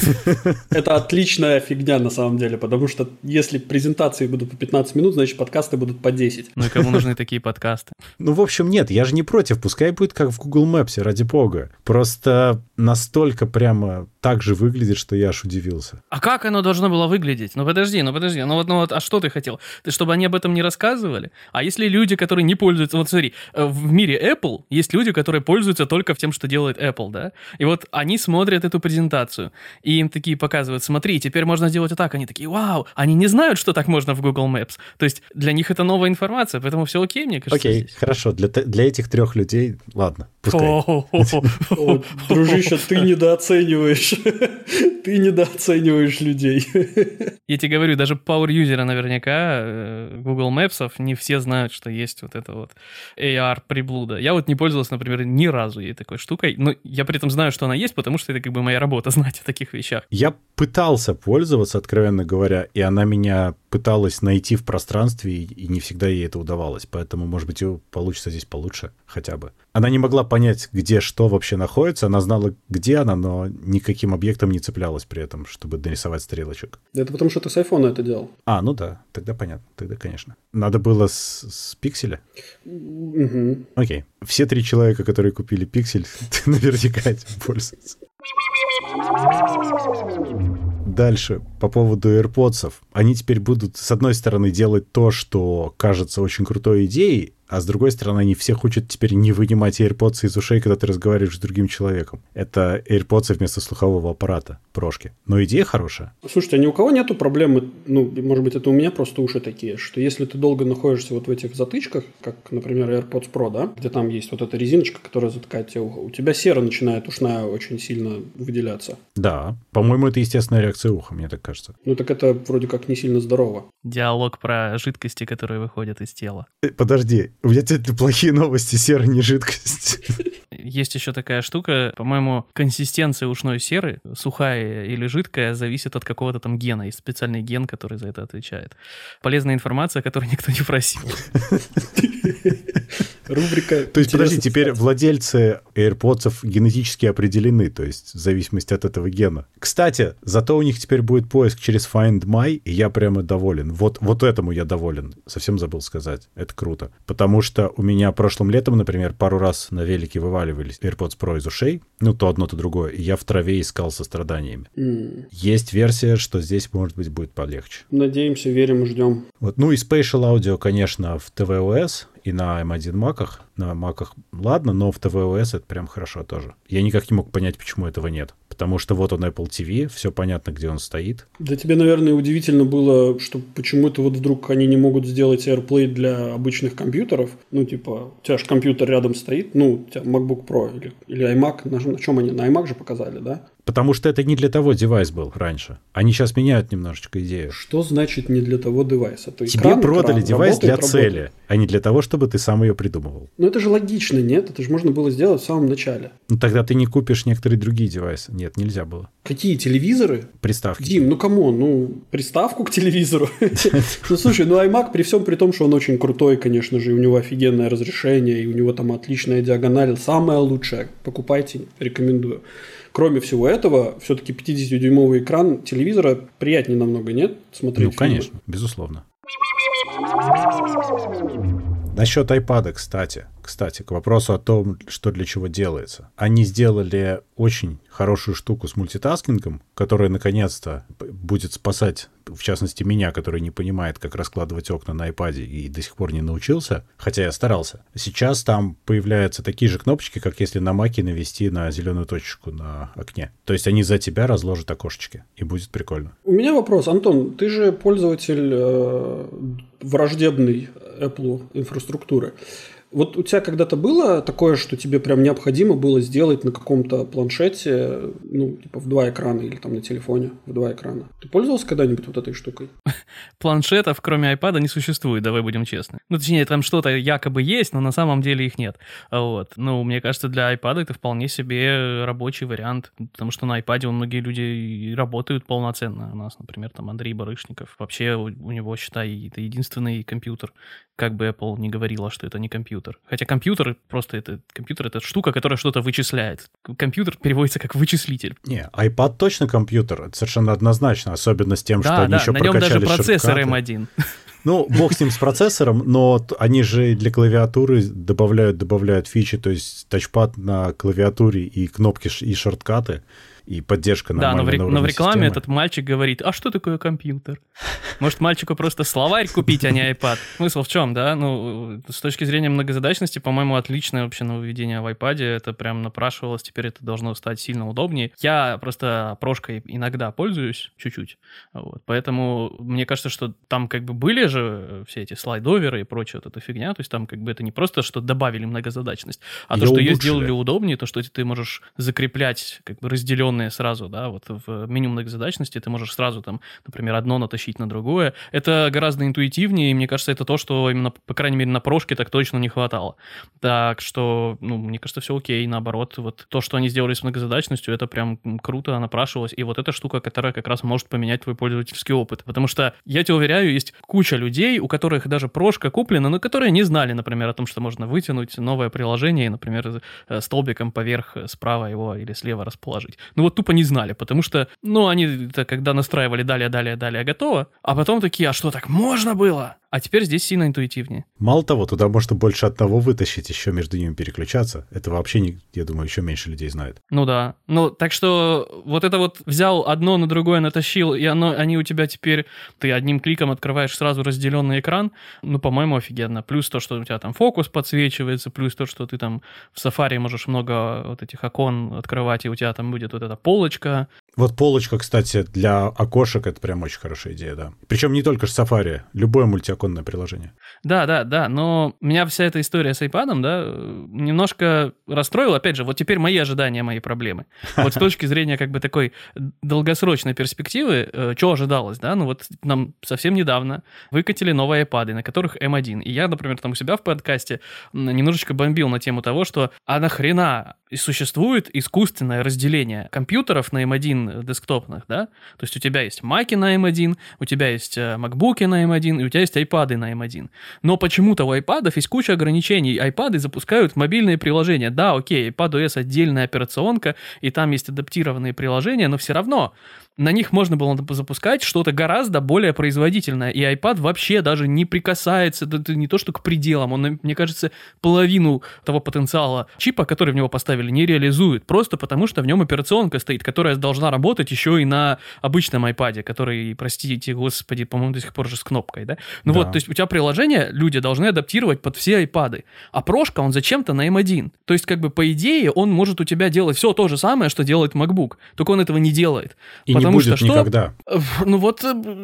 A: Это отличная фигня на самом деле, потому что если презентации будут по пятнадцать минут, значит подкасты будут по десять.
C: Ну и кому нужны такие подкасты?
B: Ну, в общем, нет, я же не против, пускай будет как в Google Maps, ради бога. Просто настолько прямо так же выглядит, что я аж удивился.
C: А как оно должно было выглядеть? Ну подожди, ну подожди, ну вот, ну вот, а что ты хотел? Ты, чтобы они об этом не рассказывали? А если люди, которые не пользуются, вот смотри, в мире Apple есть люди, которые пользуются только тем, что делает Apple, да? И вот они смотрят эту презентацию, и им такие показывают, смотри, теперь можно сделать вот так. Они такие, вау, они не знают, что так можно в Google Maps. То есть для них это новая информация, поэтому все окей, мне кажется.
B: Окей,
C: здесь.
B: хорошо, для, для этих трех людей, ладно, пускай.
A: О, дружище, ты недооцениваешь. Ты недооцениваешь людей.
C: Я тебе говорю, даже power-юзеры наверняка Google Maps не все знают, что есть вот это вот эй ар-приблуда. Я вот не пользовался, например, ни разу ей такой штукой, но я при этом знаю, что она есть, потому что это как бы моя работа знать о таких вещах.
B: Я пытался пользоваться, откровенно говоря, и она меня пыталась найти в пространстве, и не всегда ей это удавалось. Поэтому, может быть, получится здесь получше хотя бы. Она не могла понять, где что вообще находится. Она знала, где она, но никаким объектом не цеплялась при этом, чтобы нарисовать стрелочек.
A: Это потому, что ты с айфона это делал.
B: А, ну да, тогда понятно. Тогда, конечно. Надо было с, с пикселя?
A: Угу.
B: Окей. Все три человека, которые купили пиксель, наверняка этим пользуются. Дальше, по поводу AirPods. Они теперь будут, с одной стороны, делать то, что кажется очень крутой идеей, а с другой стороны, они все хотят теперь не вынимать AirPods из ушей, когда ты разговариваешь с другим человеком. Это AirPods вместо слухового аппарата, прошки. Но идея хорошая.
A: Слушайте, а ни у кого нету проблемы, ну, может быть, это у меня просто уши такие, что если ты долго находишься вот в этих затычках, как, например, AirPods Pro, да, где там есть вот эта резиночка, которая затыкает тебе ухо, у тебя сера начинает ушная очень сильно выделяться.
B: Да. По-моему, это естественная реакция уха, мне так кажется.
A: Ну, так это вроде как не сильно здорово.
C: Диалог про жидкости, которые выходят из тела.
B: Подожди, у меня теперь плохие новости, сера не жидкость.
C: Есть еще такая штука, по-моему, консистенция ушной серы, сухая или жидкая, зависит от какого-то там гена. Есть специальный ген, который за это отвечает. Полезная информация, которую никто не просил.
A: Рубрика.
B: То есть, подожди, теперь владельцы AirPods генетически определены, то есть в зависимости от этого гена. Кстати, зато у них теперь будет поиск через Find My, и я прямо доволен. Вот, вот этому я доволен. Совсем забыл сказать. Это круто. Потому что у меня прошлым летом, например, пару раз на велике вываливались AirPods Pro из ушей, ну, то одно, то другое, и я в траве искал со страданиями. Mm. Есть версия, что здесь, может быть, будет полегче.
A: Надеемся, верим и ждем.
B: Вот. Ну и Spatial Audio, конечно, в tvOS и на эм один маках. На маках ладно, но в tvOS это прям хорошо тоже. Я никак не мог понять, почему этого нет. Потому что вот он Apple ти ви, все понятно, где он стоит.
A: Да тебе, наверное, удивительно было, что почему-то вот вдруг они не могут сделать AirPlay для обычных компьютеров. Ну, типа, у тебя же компьютер рядом стоит, ну, у тебя MacBook Pro или, или iMac. На, на чем они? На iMac же показали, да?
B: Потому что это не для того девайс был раньше. Они сейчас меняют немножечко идею.
A: Что значит не для того девайса? То
B: Тебе
A: экран,
B: продали
A: экран,
B: девайс
A: работает,
B: для
A: работает.
B: цели, а не для того, чтобы ты сам ее придумывал.
A: Ну, это же логично, нет? Это же можно было сделать в самом начале.
B: Ну, тогда ты не купишь некоторые другие девайсы. Нет, нельзя было.
A: Какие? Телевизоры?
B: Приставки.
A: Дим, ну камон, ну, приставку к телевизору. Ну, слушай, ну iMac при всем при том, что он очень крутой, конечно же, и у него офигенное разрешение, и у него там отличная диагональ, самое лучшее. Покупайте, рекомендую. Кроме всего этого, все-таки пятидесятидюймовый экран телевизора приятнее намного, нет? Смотреть
B: Ну,
A: фильмы.
B: конечно, безусловно. Насчет iPad, кстати, кстати, к вопросу о том, что для чего делается. Они сделали очень хорошую штуку с мультитаскингом, которая наконец-то будет спасать, в частности, меня, который не понимает, как раскладывать окна на iPad и до сих пор не научился, хотя я старался. Сейчас там появляются такие же кнопочки, как если на Маке навести на зеленую точечку на окне. То есть они за тебя разложат окошечки, и будет прикольно.
A: У меня вопрос, Антон, ты же пользователь э, враждебной Apple инфраструктуры. Вот у тебя когда-то было такое, что тебе прям необходимо было сделать на каком-то планшете, ну, типа в два экрана или там на телефоне в два экрана? Ты пользовался когда-нибудь вот этой штукой?
C: Планшетов, кроме iPad, не существует, давай будем честны. Ну, точнее, там что-то якобы есть, но на самом деле их нет. Вот. Ну, мне кажется, для iPad это вполне себе рабочий вариант, потому что на iPad у многие люди и работают полноценно. У нас, например, там Андрей Барышников. Вообще у, у него, считай, это единственный компьютер. Как бы Apple не говорила, что это не компьютер. Хотя компьютер просто это компьютер это штука, которая что-то вычисляет. Компьютер переводится как вычислитель.
B: Не, iPad точно компьютер, это совершенно однозначно, особенно с тем,
C: да,
B: что они
C: да,
B: еще
C: на нем
B: прокачали
C: даже процессор
B: шорткаты.
C: эм один.
B: Ну, бог с ним с процессором, но они же для клавиатуры добавляют, добавляют фичи, то есть тачпад на клавиатуре и кнопки и шорткаты. И поддержка
C: да,
B: нормальная.
C: Да, но в,
B: на
C: но в рекламе
B: системы.
C: Этот мальчик говорит, а что такое компьютер? Может, мальчику просто словарь купить, а не iPad? Смысл в чем, да? Ну, с точки зрения многозадачности, по-моему, отличное вообще нововведение в iPad. Это прям напрашивалось, теперь это должно стать сильно удобнее. Я просто прошкой иногда пользуюсь, чуть-чуть. Вот. Поэтому мне кажется, что там как бы были же все эти слайдоверы и прочая вот эта фигня. То есть там как бы это не просто, что добавили многозадачность, а
B: Её
C: то, что
B: улучшили.
C: ее сделали удобнее, то, что ты можешь закреплять как бы разделенные сразу, да, вот в меню многозадачности ты можешь сразу там, например, одно натащить на другое. Это гораздо интуитивнее, и мне кажется, это то, что именно, по крайней мере, на прошке так точно не хватало. Так что, ну, мне кажется, все окей, наоборот, вот то, что они сделали с многозадачностью, это прям круто напрашивалось, и вот эта штука, которая как раз может поменять твой пользовательский опыт, потому что, я тебе уверяю, есть куча людей, у которых даже прошка куплена, но которые не знали, например, о том, что можно вытянуть новое приложение и, например, столбиком поверх справа его или слева расположить. Ну вот тупо не знали, потому что, ну, они когда настраивали далее, далее, далее, готово, а потом такие, а что, так можно было? А теперь здесь сильно интуитивнее.
B: Мало того, туда можно больше одного вытащить, еще между ними переключаться. Это вообще, не, я думаю, еще меньше людей знает.
C: Ну да. Ну, так что вот это вот взял одно на другое, натащил, и оно, они у тебя теперь, ты одним кликом открываешь сразу разделенный экран, ну, по-моему, офигенно. Плюс то, что у тебя там фокус подсвечивается, плюс то, что ты там в Safari можешь много вот этих окон открывать, и у тебя там будет вот эта полочка.
B: Вот полочка, кстати, для окошек, это прям очень хорошая идея, да. Причем не только же Safari, любое мультиоконное приложение.
C: Да, да, да, но меня вся эта история с iPad'ом, да, немножко расстроила. Опять же, вот теперь мои ожидания, мои проблемы. Вот с точки зрения как бы такой долгосрочной перспективы, э, что ожидалось, да, ну вот нам совсем недавно выкатили новые iPad'ы, на которых эм один. И я, например, там у себя в подкасте немножечко бомбил на тему того, что а нахрена существует искусственное разделение компьютеров на эм один один десктопных, да? То есть у тебя есть Mac на эм один, у тебя есть MacBook на эм один, и у тебя есть iPad на эм один. Но почему-то у iPad есть куча ограничений. iPad запускают мобильные приложения. Да, окей, iPadOS отдельная операционка, и там есть адаптированные приложения, но все равно на них можно было запускать что-то гораздо более производительное. И iPad вообще даже не прикасается, это не то что к пределам, он, мне кажется, половину того потенциала чипа, который в него поставили, не реализует. Просто потому, что в нем операционка стоит, которая должна работать еще и на обычном iPad, который, простите, господи, по-моему, до сих пор же с кнопкой, да? Ну да. Вот, то есть у тебя приложение люди должны адаптировать под все iPad. А прошка, он зачем-то на эм один. То есть, как бы, по идее, он может у тебя делать все то же самое, что делает MacBook. Только он этого не делает.
B: И
C: Потому
B: не будет
C: что что?
B: Никогда.
C: Ну вот,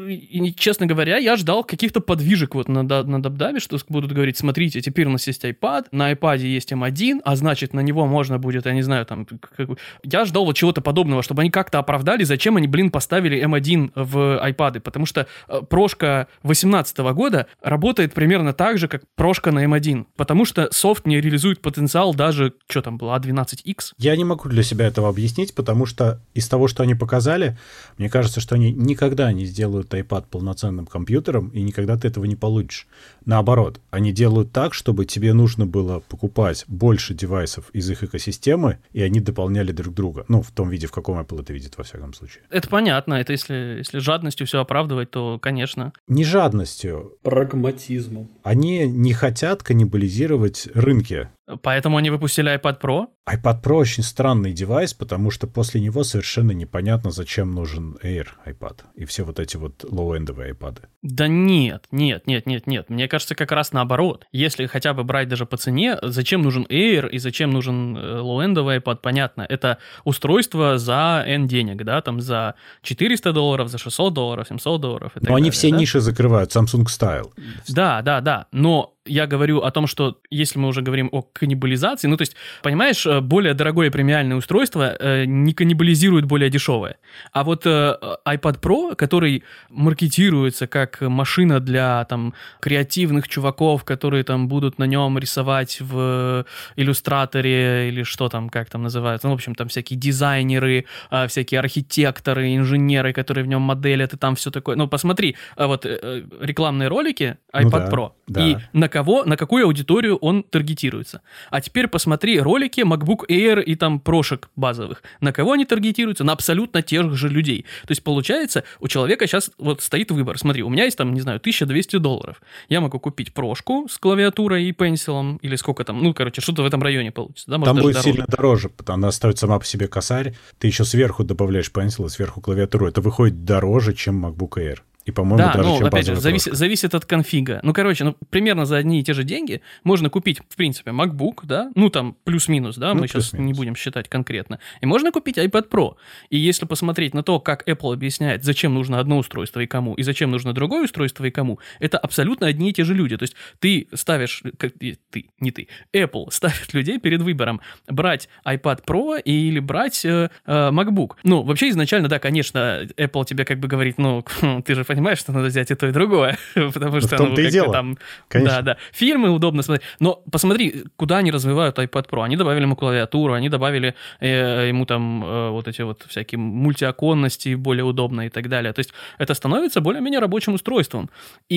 C: и, честно говоря, я ждал каких-то подвижек вот на, на дабдабе, что будут говорить, смотрите, теперь у нас есть iPad, на iPad есть эм один, а значит, на него можно будет, я не знаю, там... Как... Я ждал вот чего-то подобного, чтобы они как-то оправдали, зачем они, блин, поставили эм один в iPad, потому что прошка восемнадцатого года работает примерно так же, как прошка на эм один, потому что софт не реализует потенциал даже, что там было, а двенадцать икс.
B: Я не могу для себя этого объяснить, потому что из того, что они показали, мне кажется, что они никогда не сделают iPad полноценным компьютером, и никогда ты этого не получишь. Наоборот, они делают так, чтобы тебе нужно было покупать больше девайсов из их экосистемы, и они дополняли друг друга. Ну, в том виде, в каком Apple это видит, во всяком случае.
C: Это понятно. Это если, если жадностью все оправдывать, то, конечно.
B: Не жадностью.
A: Прагматизмом.
B: Они не хотят каннибализировать рынки.
C: Поэтому они выпустили iPad Pro?
B: iPad Pro очень странный девайс, потому что после него совершенно непонятно, зачем нужен Air iPad и все вот эти вот лоу-эндовые iPad.
C: Да нет, нет, нет, нет, нет. Мне кажется, как раз наоборот. Если хотя бы брать даже по цене, зачем нужен Air и зачем нужен лоу-эндовый iPad, понятно. Это устройство за N денег, да, там за четыреста долларов, за шестьсот долларов, семьсот долларов и так
B: Но
C: далее,
B: они все
C: да?
B: ниши закрывают, Samsung Style.
C: Да, да, да, но я говорю о том, что если мы уже говорим о каннибализации, ну, то есть, понимаешь, более дорогое премиальное устройство э, не каннибализирует более дешевое. А вот э, iPad Pro, который маркетируется как машина для, там, креативных чуваков, которые, там, будут на нем рисовать в иллюстраторе или что там, как там называется, ну, в общем, там всякие дизайнеры, э, всякие архитекторы, инженеры, которые в нем моделят, и там все такое. Ну, посмотри, э, вот э, рекламные ролики iPad
B: ну, да,
C: Pro,
B: да.
C: и на кого, на какую аудиторию он таргетируется. А теперь посмотри ролики MacBook Air и там прошек базовых. На кого они таргетируются? На абсолютно тех же людей. То есть, получается, у человека сейчас вот стоит выбор. Смотри, у меня есть там, не знаю, тысяча двести долларов. Я могу купить прошку с клавиатурой и пенсилом, или сколько там, ну, короче, что-то в этом районе получится. Да? Может,
B: там будет
C: дороже.
B: сильно дороже, потому что она ставит сама по себе косарь, ты еще сверху добавляешь пенсил и сверху клавиатуру. Это выходит дороже, чем MacBook Air. И, по-моему,
C: да,
B: даже
C: ну,
B: чем
C: опять же, завис,
B: прошка.
C: зависит от конфига. Ну, короче, ну, примерно за одни и те же деньги можно купить, в принципе, MacBook, да, ну, там, плюс-минус, да,
B: ну,
C: мы сейчас
B: плюс-минус.
C: не будем считать конкретно. И можно купить iPad Pro. И если посмотреть на то, как Apple объясняет, зачем нужно одно устройство и кому, и зачем нужно другое устройство и кому, это абсолютно одни и те же люди. То есть ты ставишь, как, ты, не ты, Apple ставит людей перед выбором брать iPad Pro или брать э, э, MacBook. Ну, вообще изначально, да, конечно, Apple тебе как бы говорит, ну, ты же понимаешь, что надо взять и то, и другое, потому что,
B: ну,
C: как-то
B: дело.
C: Там...
B: Конечно.
C: Да, да. Фильмы удобно смотреть. Но посмотри, куда они развивают iPad Pro. Они добавили ему клавиатуру, они добавили э, ему там э, вот эти вот всякие мультиоконности более удобные и так далее. То есть это становится более-менее рабочим устройством.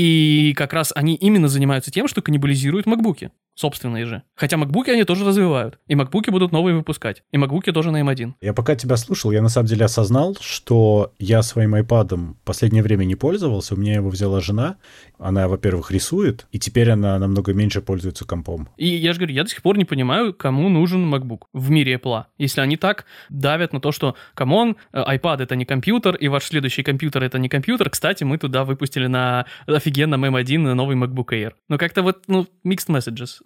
C: И как раз они именно занимаются тем, что каннибализируют макбуки. Собственные же. Хотя макбуки они тоже развивают. И макбуки будут новые выпускать. И макбуки тоже на эм один.
B: Я пока тебя слушал, я на самом деле осознал, что я своим iPad'ом в последнее время не пользовался. У меня его взяла жена. Она, во-первых, рисует, и теперь она намного меньше пользуется компом.
C: И я же говорю, я до сих пор не понимаю, кому нужен MacBook в мире Apple. Если они так давят на то, что, камон, iPad — это не компьютер, и ваш следующий компьютер — это не компьютер. Кстати, мы туда выпустили на офигенном эм один новый MacBook Air. Но как-то вот, ну, mixed messages.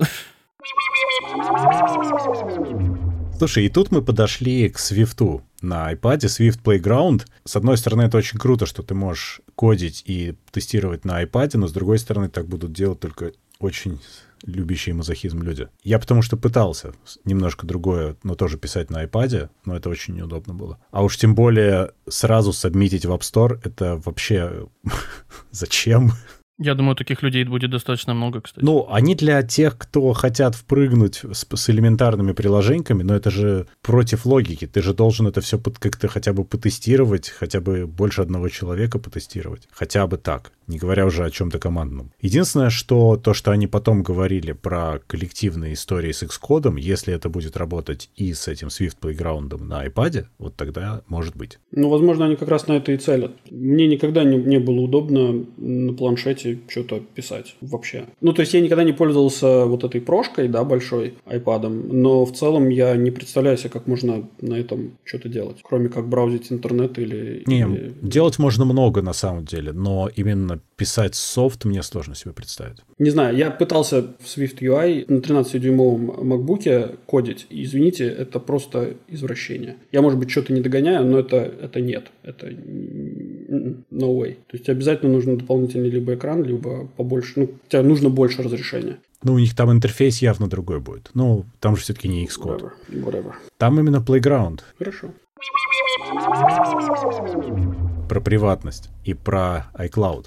B: Слушай, и тут мы подошли к Swift на iPad, Swift Playground. С одной стороны, это очень круто, что ты можешь кодить и тестировать на iPad, но с другой стороны, так будут делать только очень любящие мазохизм люди. Я потому что пытался немножко другое, но тоже писать на iPad, но это очень неудобно было. А уж тем более сразу сабмитить в App Store, это вообще зачем?
C: Я думаю, таких людей будет достаточно много, кстати.
B: Ну, они для тех, кто хотят впрыгнуть с, с элементарными приложениями, но это же против логики. Ты же должен это все под, как-то хотя бы потестировать, хотя бы больше одного человека потестировать. Хотя бы так, не говоря уже о чем-то командном. Единственное, что то, что они потом говорили про коллективные истории с Xcode, если это будет работать и с этим Swift Playground на iPad, вот тогда может быть.
A: Ну, возможно, они как раз на это и целят. Мне никогда не, не было удобно на планшете что-то писать вообще. Ну, то есть я никогда не пользовался вот этой прошкой, да, большой iPad'ом, но в целом я не представляю себе, как можно на этом что-то делать, кроме как браузить интернет или...
B: Не,
A: или...
B: делать можно много на самом деле, но именно писать софт мне сложно себе представить.
A: Не знаю, я пытался в Swift ю ай на тринадцатидюймовом MacBook'е кодить, и, извините, это просто извращение. Я, может быть, что-то не догоняю, но это, это нет. Это no way. То есть обязательно нужно дополнительный либо экран, либо побольше. Ну, тебе нужно больше разрешения.
B: Ну, у них там интерфейс явно другой будет. Ну, там же все-таки не Xcode.
A: Whatever. Whatever.
B: Там именно Playground.
A: Хорошо.
B: Про приватность и про iCloud.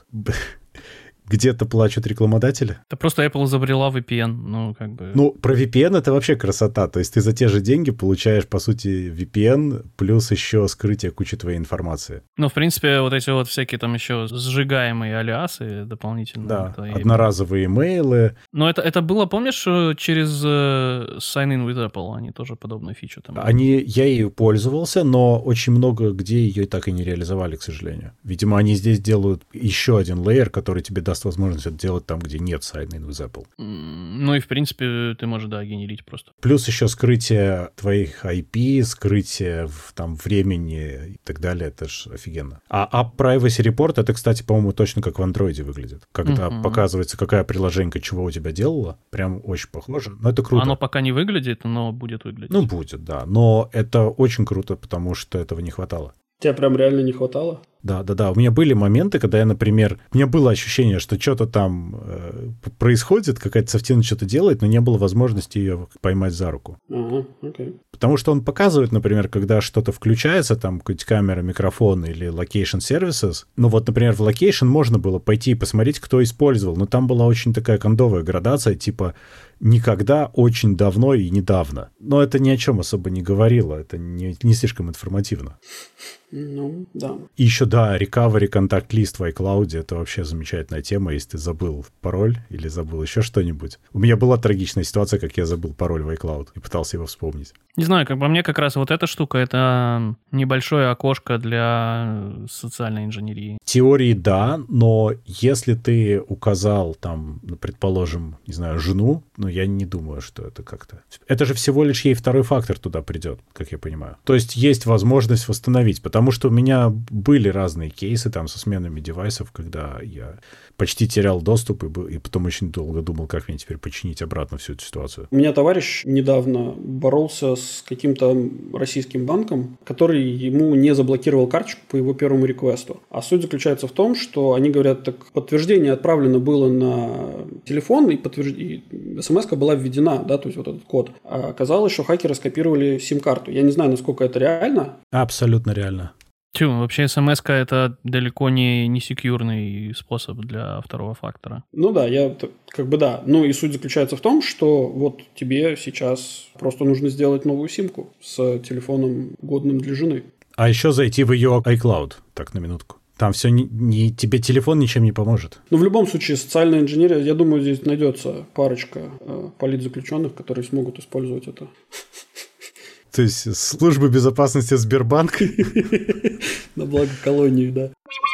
B: Где-то плачут рекламодатели?
C: Это просто Apple изобрела ви пи эн, ну, как бы...
B: Ну, про ви пи эн это вообще красота. То есть ты за те же деньги получаешь, по сути, ви пи эн, плюс еще скрытие кучи твоей информации.
C: Ну, в принципе, вот эти вот всякие там еще сжигаемые алиасы дополнительно.
B: Да,
C: твои...
B: одноразовые имейлы.
C: Но это, это было, помнишь, через uh, Sign in with Apple? Они тоже подобную фичу там...
B: Они, я ею пользовался, но очень много где ее так и не реализовали, к сожалению. Видимо, они здесь делают еще один лейер, который тебе даст возможность это делать там, где нет Sign in with Apple.
C: Ну и, в принципе, ты можешь, да, генерить просто.
B: Плюс еще скрытие твоих ай пи, скрытие в, там, времени и так далее. Это ж офигенно. А App Privacy Report, это, кстати, по-моему, точно как в Android выглядит. Когда uh-huh. показывается, какая приложенька чего у тебя делала. Прям очень похоже. Но это круто.
C: Оно пока не выглядит, но будет выглядеть.
B: Ну, будет, да. Но это очень круто, потому что этого не хватало.
A: Тебе прям реально не хватало?
B: Да, да, да. У меня были моменты, когда я, например, у меня было ощущение, что что-то там э, происходит, какая-то софтина что-то делает, но не было возможности ее поймать за руку.
A: Ага, окей.
B: Потому что он показывает, например, когда что-то включается, там, какая-то камера, микрофон или location services. Ну вот, например, в location можно было пойти и посмотреть, кто использовал, но там была очень такая кондовая градация, типа никогда, очень давно и недавно. Но это ни о чем особо не говорило, это не, не слишком информативно.
A: Ну, да.
B: И еще, да, recovery контакт-лист в iCloud — это вообще замечательная тема, если ты забыл пароль или забыл еще что-нибудь. У меня была трагичная ситуация, как я забыл пароль в iCloud и пытался его вспомнить.
C: Не знаю, как по мне, как раз вот эта штука — это небольшое окошко для социальной инженерии.
B: В теории, да, но если ты указал там, предположим, не знаю, жену, ну, я не думаю, что это как-то... Это же всего лишь ей второй фактор туда придет, как я понимаю. То есть есть возможность восстановить, потому что у меня были разные кейсы там со сменами девайсов, когда я почти терял доступ и, был, и потом очень долго думал, как мне теперь починить обратно всю эту ситуацию.
A: У меня товарищ недавно боролся с каким-то российским банком, который ему не заблокировал карточку по его первому реквесту. А суть заключается в том, что они говорят, так подтверждение отправлено было на телефон, и, подтвержд... и смс-ка была введена, да, то есть вот этот код. А оказалось, что хакеры скопировали сим-карту. Я не знаю, насколько это реально.
B: Абсолютно реально.
C: Тю, вообще смс-ка — это далеко не, не секьюрный способ для второго фактора.
A: Ну да, я как бы да. Ну и суть заключается в том, что вот тебе сейчас просто нужно сделать новую симку с телефоном, годным для жены.
B: А еще зайти в ее iCloud. Так, на минутку. Там все не, не тебе телефон ничем не поможет.
A: Ну, в любом случае, социальная инженерия, я думаю, здесь найдется парочка э, политзаключенных, которые смогут использовать это.
B: То есть служба безопасности Сбербанка?
A: На благо колонии, да.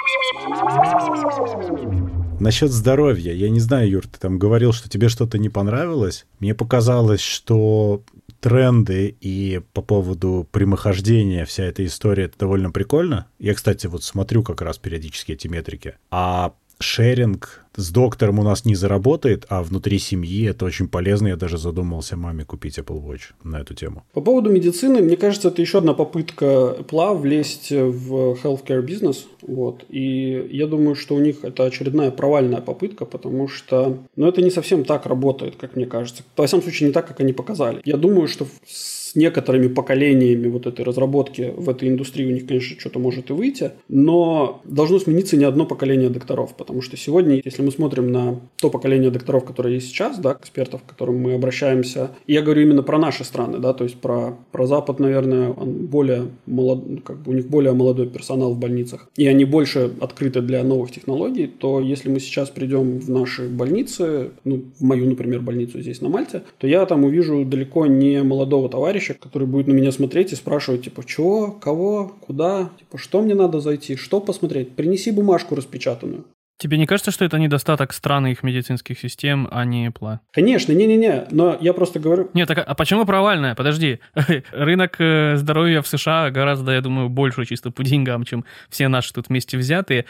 B: Насчет здоровья. Я не знаю, Юр, ты там говорил, что тебе что-то не понравилось. Мне показалось, что тренды и по поводу прямохождения вся эта история — это довольно прикольно. Я, кстати, вот смотрю как раз периодически эти метрики. А шеринг с доктором у нас не заработает, а внутри семьи это очень полезно. Я даже задумался маме купить Apple Watch на эту тему.
A: По поводу медицины, мне кажется, это еще одна попытка Apple влезть в healthcare бизнес. Вот. И я думаю, что у них это очередная провальная попытка, потому что ну, это не совсем так работает, как мне кажется. Во всяком случае, не так, как они показали. Я думаю, что с некоторыми поколениями вот этой разработки в этой индустрии у них, конечно, что-то может и выйти, но должно смениться не одно поколение докторов, потому что сегодня, если если мы смотрим на то поколение докторов, которое есть сейчас, да, экспертов, к которым мы обращаемся, и я говорю именно про наши страны, да, то есть про, про Запад, наверное, он более молод, как бы у них более молодой персонал в больницах, и они больше открыты для новых технологий, то если мы сейчас придем в наши больницы, ну, в мою, например, больницу здесь на Мальте, то я там увижу далеко не молодого товарища, который будет на меня смотреть и спрашивать, типа, чего, кого, куда, типа, что мне надо зайти, что посмотреть, принеси бумажку распечатанную.
C: Тебе не кажется, что это недостаток стран и их медицинских систем, а не Apple?
A: Конечно, не-не-не, но я просто говорю...
C: Нет, так, а почему провальная? Подожди, рынок здоровья в США гораздо, я думаю, больше чисто по деньгам, чем все наши тут вместе взятые,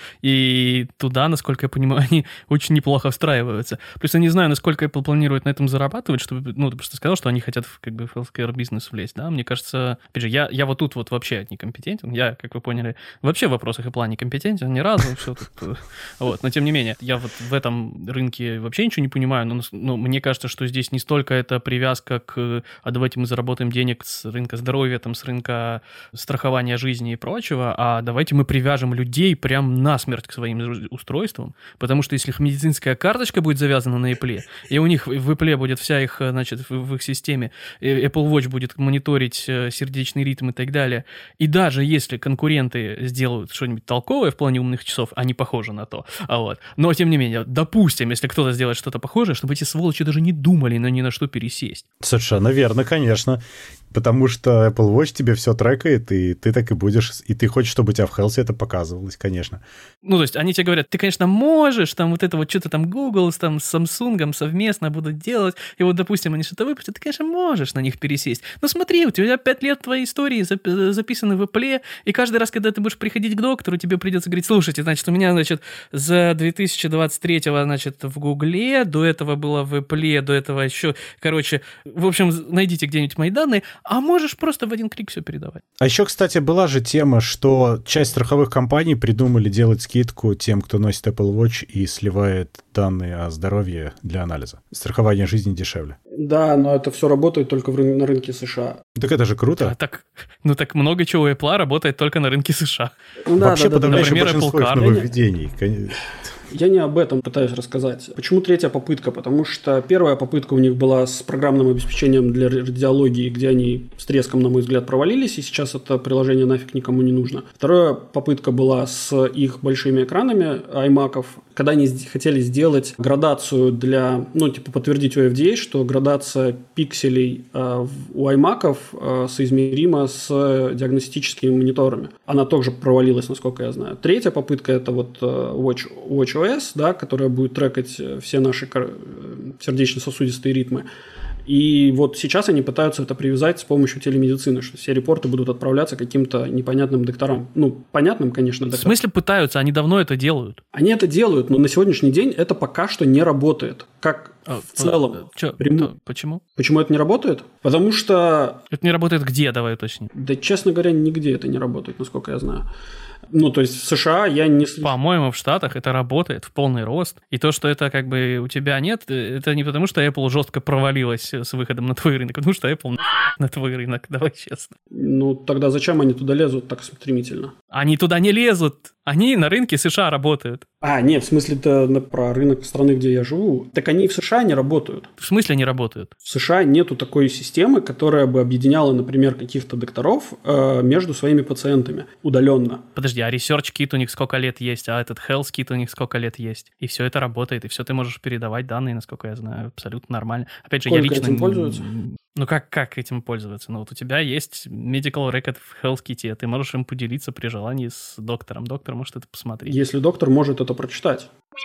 C: и туда, насколько я понимаю, они очень неплохо встраиваются. Плюс я не знаю, насколько Apple планирует на этом зарабатывать, чтобы, ну, ты просто сказал, что они хотят в, как бы, в healthcare бизнес влезть, да? Мне кажется, опять же, я, я вот тут вот вообще некомпетентен, я, как вы поняли, вообще в вопросах Apple некомпетентен ни разу, все тут, вот. Но, тем не менее, я вот в этом рынке вообще ничего не понимаю, но, но мне кажется, что здесь не столько это привязка к «а давайте мы заработаем денег с рынка здоровья, там, с рынка страхования жизни и прочего, а давайте мы привяжем людей прям насмерть к своим устройствам, потому что если их медицинская карточка будет завязана на Apple, и у них в Apple будет вся их, значит, в, в их системе, Apple Watch будет мониторить сердечный ритм и так далее, и даже если конкуренты сделают что-нибудь толковое в плане умных часов, они похожи на то, А вот. Но, тем не менее, допустим, если кто-то сделает что-то похожее, чтобы эти сволочи даже не думали на ни на что пересесть.
B: Совершенно верно, конечно. Потому что Apple Watch тебе все трекает, и ты так и будешь, и ты хочешь, чтобы у тебя в Health это показывалось, конечно.
C: Ну, то есть они тебе говорят, ты, конечно, можешь, там вот это вот что-то там Google с, там, с Samsung совместно будут делать, и вот, допустим, они что-то выпустят, ты, конечно, можешь на них пересесть. Но смотри, у тебя пять лет твоей истории записаны в Apple, и каждый раз, когда ты будешь приходить к доктору, тебе придется говорить, слушайте, значит, у меня, значит, за две тысячи двадцать третьего, значит, в Гугле, до этого было в Apple, до этого еще, короче, в общем, найдите где-нибудь мои данные, а можешь просто в один клик все передавать.
B: А еще, кстати, была же тема, что часть страховых компаний придумали делать скидку тем, кто носит Apple Watch и сливает данные о здоровье для анализа. Страхование жизни дешевле.
A: Да, но это все работает только в ры- на рынке США.
B: Так это же круто.
C: Да, так, ну так много чего у Apple работает только на рынке США.
A: Ну, да,
B: Вообще,
A: да, да,
B: подавляющее
C: например,
B: большинство
C: Apple
B: их
C: Car.
B: нововведений.
A: Я не об этом пытаюсь рассказать. Почему третья попытка? Потому что первая попытка у них была с программным обеспечением для радиологии, где они с треском, на мой взгляд, провалились, и сейчас это приложение нафиг никому не нужно. Вторая попытка была с их большими экранами iMac'ов, когда они хотели сделать градацию для, ну, типа подтвердить у эф ди эй, что градация пикселей э, у iMac'ов э, соизмерима с диагностическими мониторами. Она тоже провалилась, насколько я знаю. Третья попытка – это вот э, Watch, WatchOS, да, которая будет трекать все наши сердечно-сосудистые ритмы. И вот сейчас они пытаются это привязать с помощью телемедицины, что все репорты будут отправляться каким-то непонятным докторам. Ну, понятным, конечно, докторам.
C: В смысле пытаются? Они давно это делают.
A: Они это делают, но на сегодняшний день это пока что не работает. Как а, в целом.
C: Чё,
A: прям...
C: то, почему?
A: Почему это не работает? Потому что...
C: Это не работает где, давай уточним.
A: Да, честно говоря, нигде это не работает, насколько я знаю. Ну, то есть в США я не...
C: По-моему, в Штатах это работает в полный рост. И то, что это как бы у тебя нет, это не потому, что Apple жестко провалилась с выходом на твой рынок, потому что Apple на твой рынок, давай честно.
A: Ну, тогда зачем они туда лезут так стремительно?
C: Они туда не лезут. Они на рынке США работают.
A: А, нет, в смысле-то про рынок страны, где я живу. Так они и в США не работают.
C: В смысле не работают?
A: В США нету такой системы, которая бы объединяла, например, каких-то докторов э, между своими пациентами удаленно.
C: Подожди, а Research Kit у них сколько лет есть, а этот Health Kit у них сколько лет есть. И все это работает, и все ты можешь передавать данные, насколько я знаю, абсолютно нормально. Опять же,
A: Сколько
C: я лично...
A: этим пользуются?
C: Ну, как, как этим пользоваться? Ну, вот у тебя есть medical record в Health Kit, ты можешь им поделиться при желании с доктором. Доктор может это посмотреть.
A: Если доктор может это прочитать.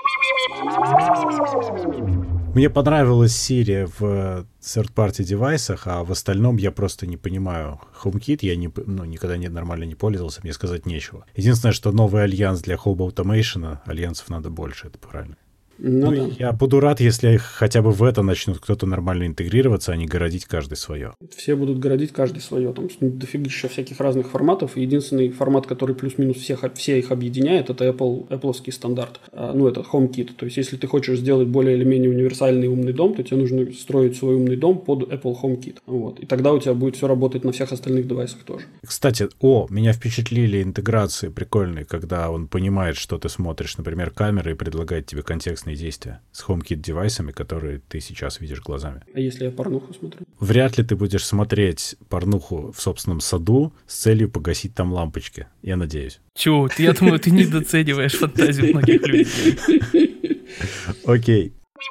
B: Мне понравилась Siri в third-party девайсах, а в остальном я просто не понимаю. HomeKit я не, ну, никогда не, нормально не пользовался, мне сказать нечего. Единственное, что новый альянс для Home Automation, альянсов надо больше, это правильно.
A: Ну,
B: ну,
A: да.
B: Я буду рад, если их хотя бы в это начнут кто-то нормально интегрироваться, а не городить каждый свое.
A: Все будут городить каждый свое. Там дофигища всяких разных форматов. И единственный формат, который плюс-минус всех, все их объединяет, это Apple, Apple'овский стандарт. Ну, это HomeKit. То есть, если ты хочешь сделать более или менее универсальный умный дом, то тебе нужно строить свой умный дом под Apple HomeKit. Вот. И тогда у тебя будет все работать на всех остальных девайсах тоже.
B: Кстати, о, меня впечатлили интеграции прикольные, когда он понимает, что ты смотришь, например, камеры, и предлагает тебе контекстный интересные действия с HomeKit-девайсами, которые ты сейчас видишь глазами.
A: А если я порнуху смотрю?
B: Вряд ли ты будешь смотреть порнуху в собственном саду с целью погасить там лампочки, я надеюсь.
C: Чё, я думаю, ты недооцениваешь фантазию многих людей.
B: Окей.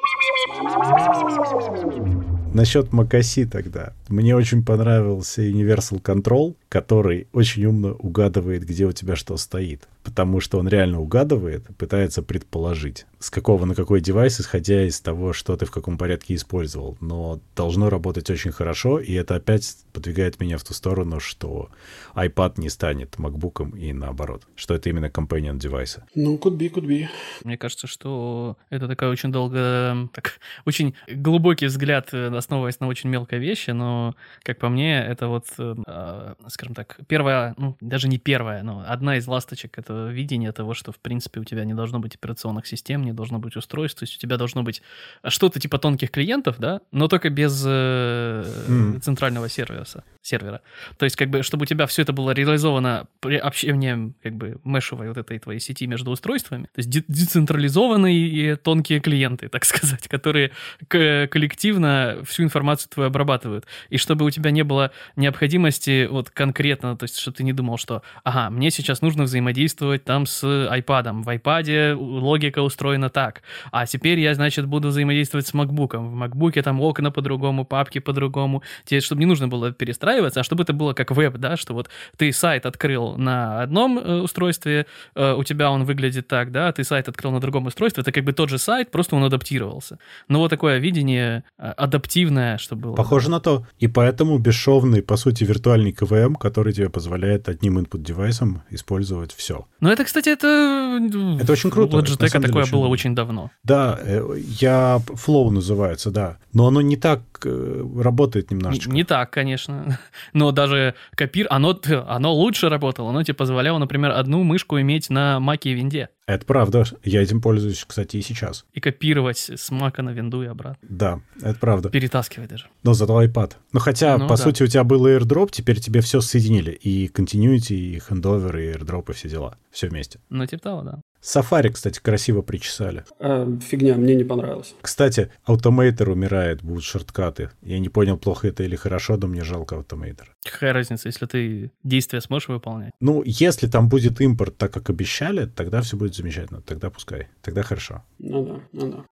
B: Насчет Макоси тогда. Мне очень понравился Universal Control, который очень умно угадывает, где у тебя что стоит. Потому что он реально угадывает, пытается предположить, с какого на какой девайс, исходя из того, что ты в каком порядке использовал. Но должно работать очень хорошо, и это опять подвигает меня в ту сторону, что iPad не станет MacBook'ом и наоборот. Что это именно companion девайсы.
A: Ну, could be, could be.
C: Мне кажется, что это такая очень долго... Так, очень глубокий взгляд, основываясь на очень мелкой вещи, но, как по мне, это вот, э, скажем так, первая, ну, даже не первая, но одна из ласточек — это видение того, что, в принципе, у тебя не должно быть операционных систем, не должно быть устройств, то есть у тебя должно быть что-то типа тонких клиентов, да, но только без э, mm. центрального сервиса, сервера. То есть, как бы, чтобы у тебя все это было реализовано при общении, как бы, мешевой вот этой твоей сети между устройствами, то есть децентрализованные тонкие клиенты, так сказать, которые к- коллективно всю информацию твою обрабатывают. И чтобы у тебя не было необходимости вот конкретно, то есть, чтобы ты не думал, что, ага, мне сейчас нужно взаимодействовать там с iPad'ом. В iPad'е логика устроена так. А теперь я, значит, буду взаимодействовать с MacBook'ом. В MacBook'е там окна по-другому, папки по-другому. Тебе, чтобы не нужно было перестраиваться, а чтобы это было как веб, да, что вот ты сайт открыл на одном э, устройстве, э, у тебя он выглядит так, да, ты сайт открыл на другом устройстве, это как бы тот же сайт, просто он адаптировался. Но вот такое видение э, адаптивное, что было.
B: Похоже на то. И поэтому бесшовный, по сути, виртуальный КВМ, который тебе позволяет одним input-девайсом использовать все.
C: Ну, это, кстати, это...
B: Это очень круто.
C: У Logitech такое очень... было очень давно.
B: Да, я... Flow называется, да. Но оно не так работает немножечко.
C: Не, не так, конечно. Но даже копир... Оно, оно лучше работало. Оно тебе позволяло, например, одну мышку иметь на Маке и Винде.
B: Это правда. Я этим пользуюсь, кстати, и сейчас.
C: И копировать с Мака на Винду и обратно.
B: Да, это правда.
C: Перетаскивать даже.
B: Но зато iPad. Ну, хотя, ну, по да. сути, у тебя был AirDrop, теперь тебе все соединили. И Continuity, и Handover, и AirDrop, и все дела. Все вместе.
C: Ну, типа того, да.
B: Safari, кстати, красиво причесали.
A: А, фигня, мне не понравилось.
B: Кстати, Automator умирает, будут шорткаты. Я не понял, плохо это или хорошо, но мне жалко Automator.
C: Какая разница, если ты действия сможешь выполнять?
B: Ну, если там будет импорт так, как обещали, тогда все будет замечательно. Тогда пускай. Тогда хорошо.
A: Ну да, ну да.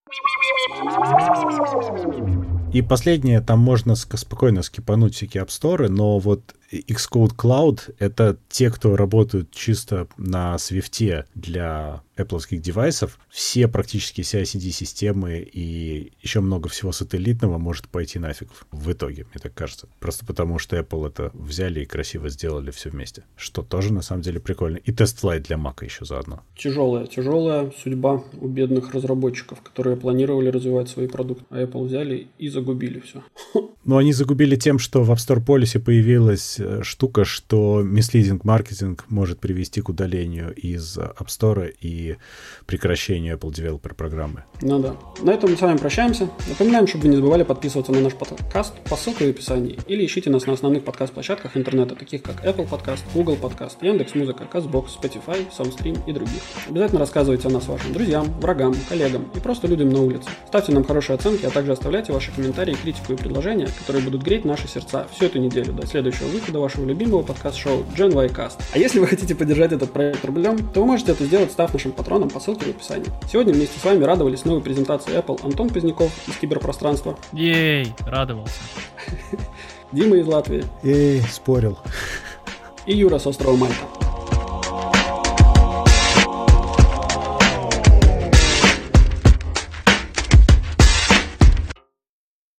B: И последнее, там можно спокойно скипануть всякие App Store, но вот Xcode Cloud — это те, кто работают чисто на Swift для Apple'овских девайсов. Все практически си ай си ди-системы и еще много всего сателлитного может пойти нафиг в итоге, мне так кажется. Просто потому, что Apple это взяли и красиво сделали все вместе. Что тоже, на самом деле, прикольно. И тест-флайт для Mac еще заодно.
A: Тяжелая, тяжелая судьба у бедных разработчиков, которые планировали развивать свои продукты. А Apple взяли и загубили все.
B: Но они загубили тем, что в App Store Policy появилась штука, что мислидинг-маркетинг может привести к удалению из App Store и прекращению Apple Developer программы.
A: Ну да. На этом мы с вами прощаемся. Напоминаем, чтобы вы не забывали подписываться на наш подкаст по ссылке в описании или ищите нас на основных подкаст-площадках интернета, таких как Apple Podcast, Google Podcast, Яндекс.Музыка, Castbox, Spotify, Soundstream и других. Обязательно рассказывайте о нас вашим друзьям, врагам, коллегам и просто людям на улице. Ставьте нам хорошие оценки, а также оставляйте ваши комментарии, критику и предложения, которые будут греть наши сердца всю эту неделю до следующего выхода вашего любимого подкаст-шоу Gen Y Cast. А если вы хотите поддержать этот проект рублем, то вы можете это сделать, став нашим патроном по ссылке в описании. Сегодня вместе с вами радовались новой презентации Apple Антон Поздняков из киберпространства.
C: Ей, радовался.
A: Дима из Латвии.
B: Ей, спорил.
A: И Юра с острова Мальта.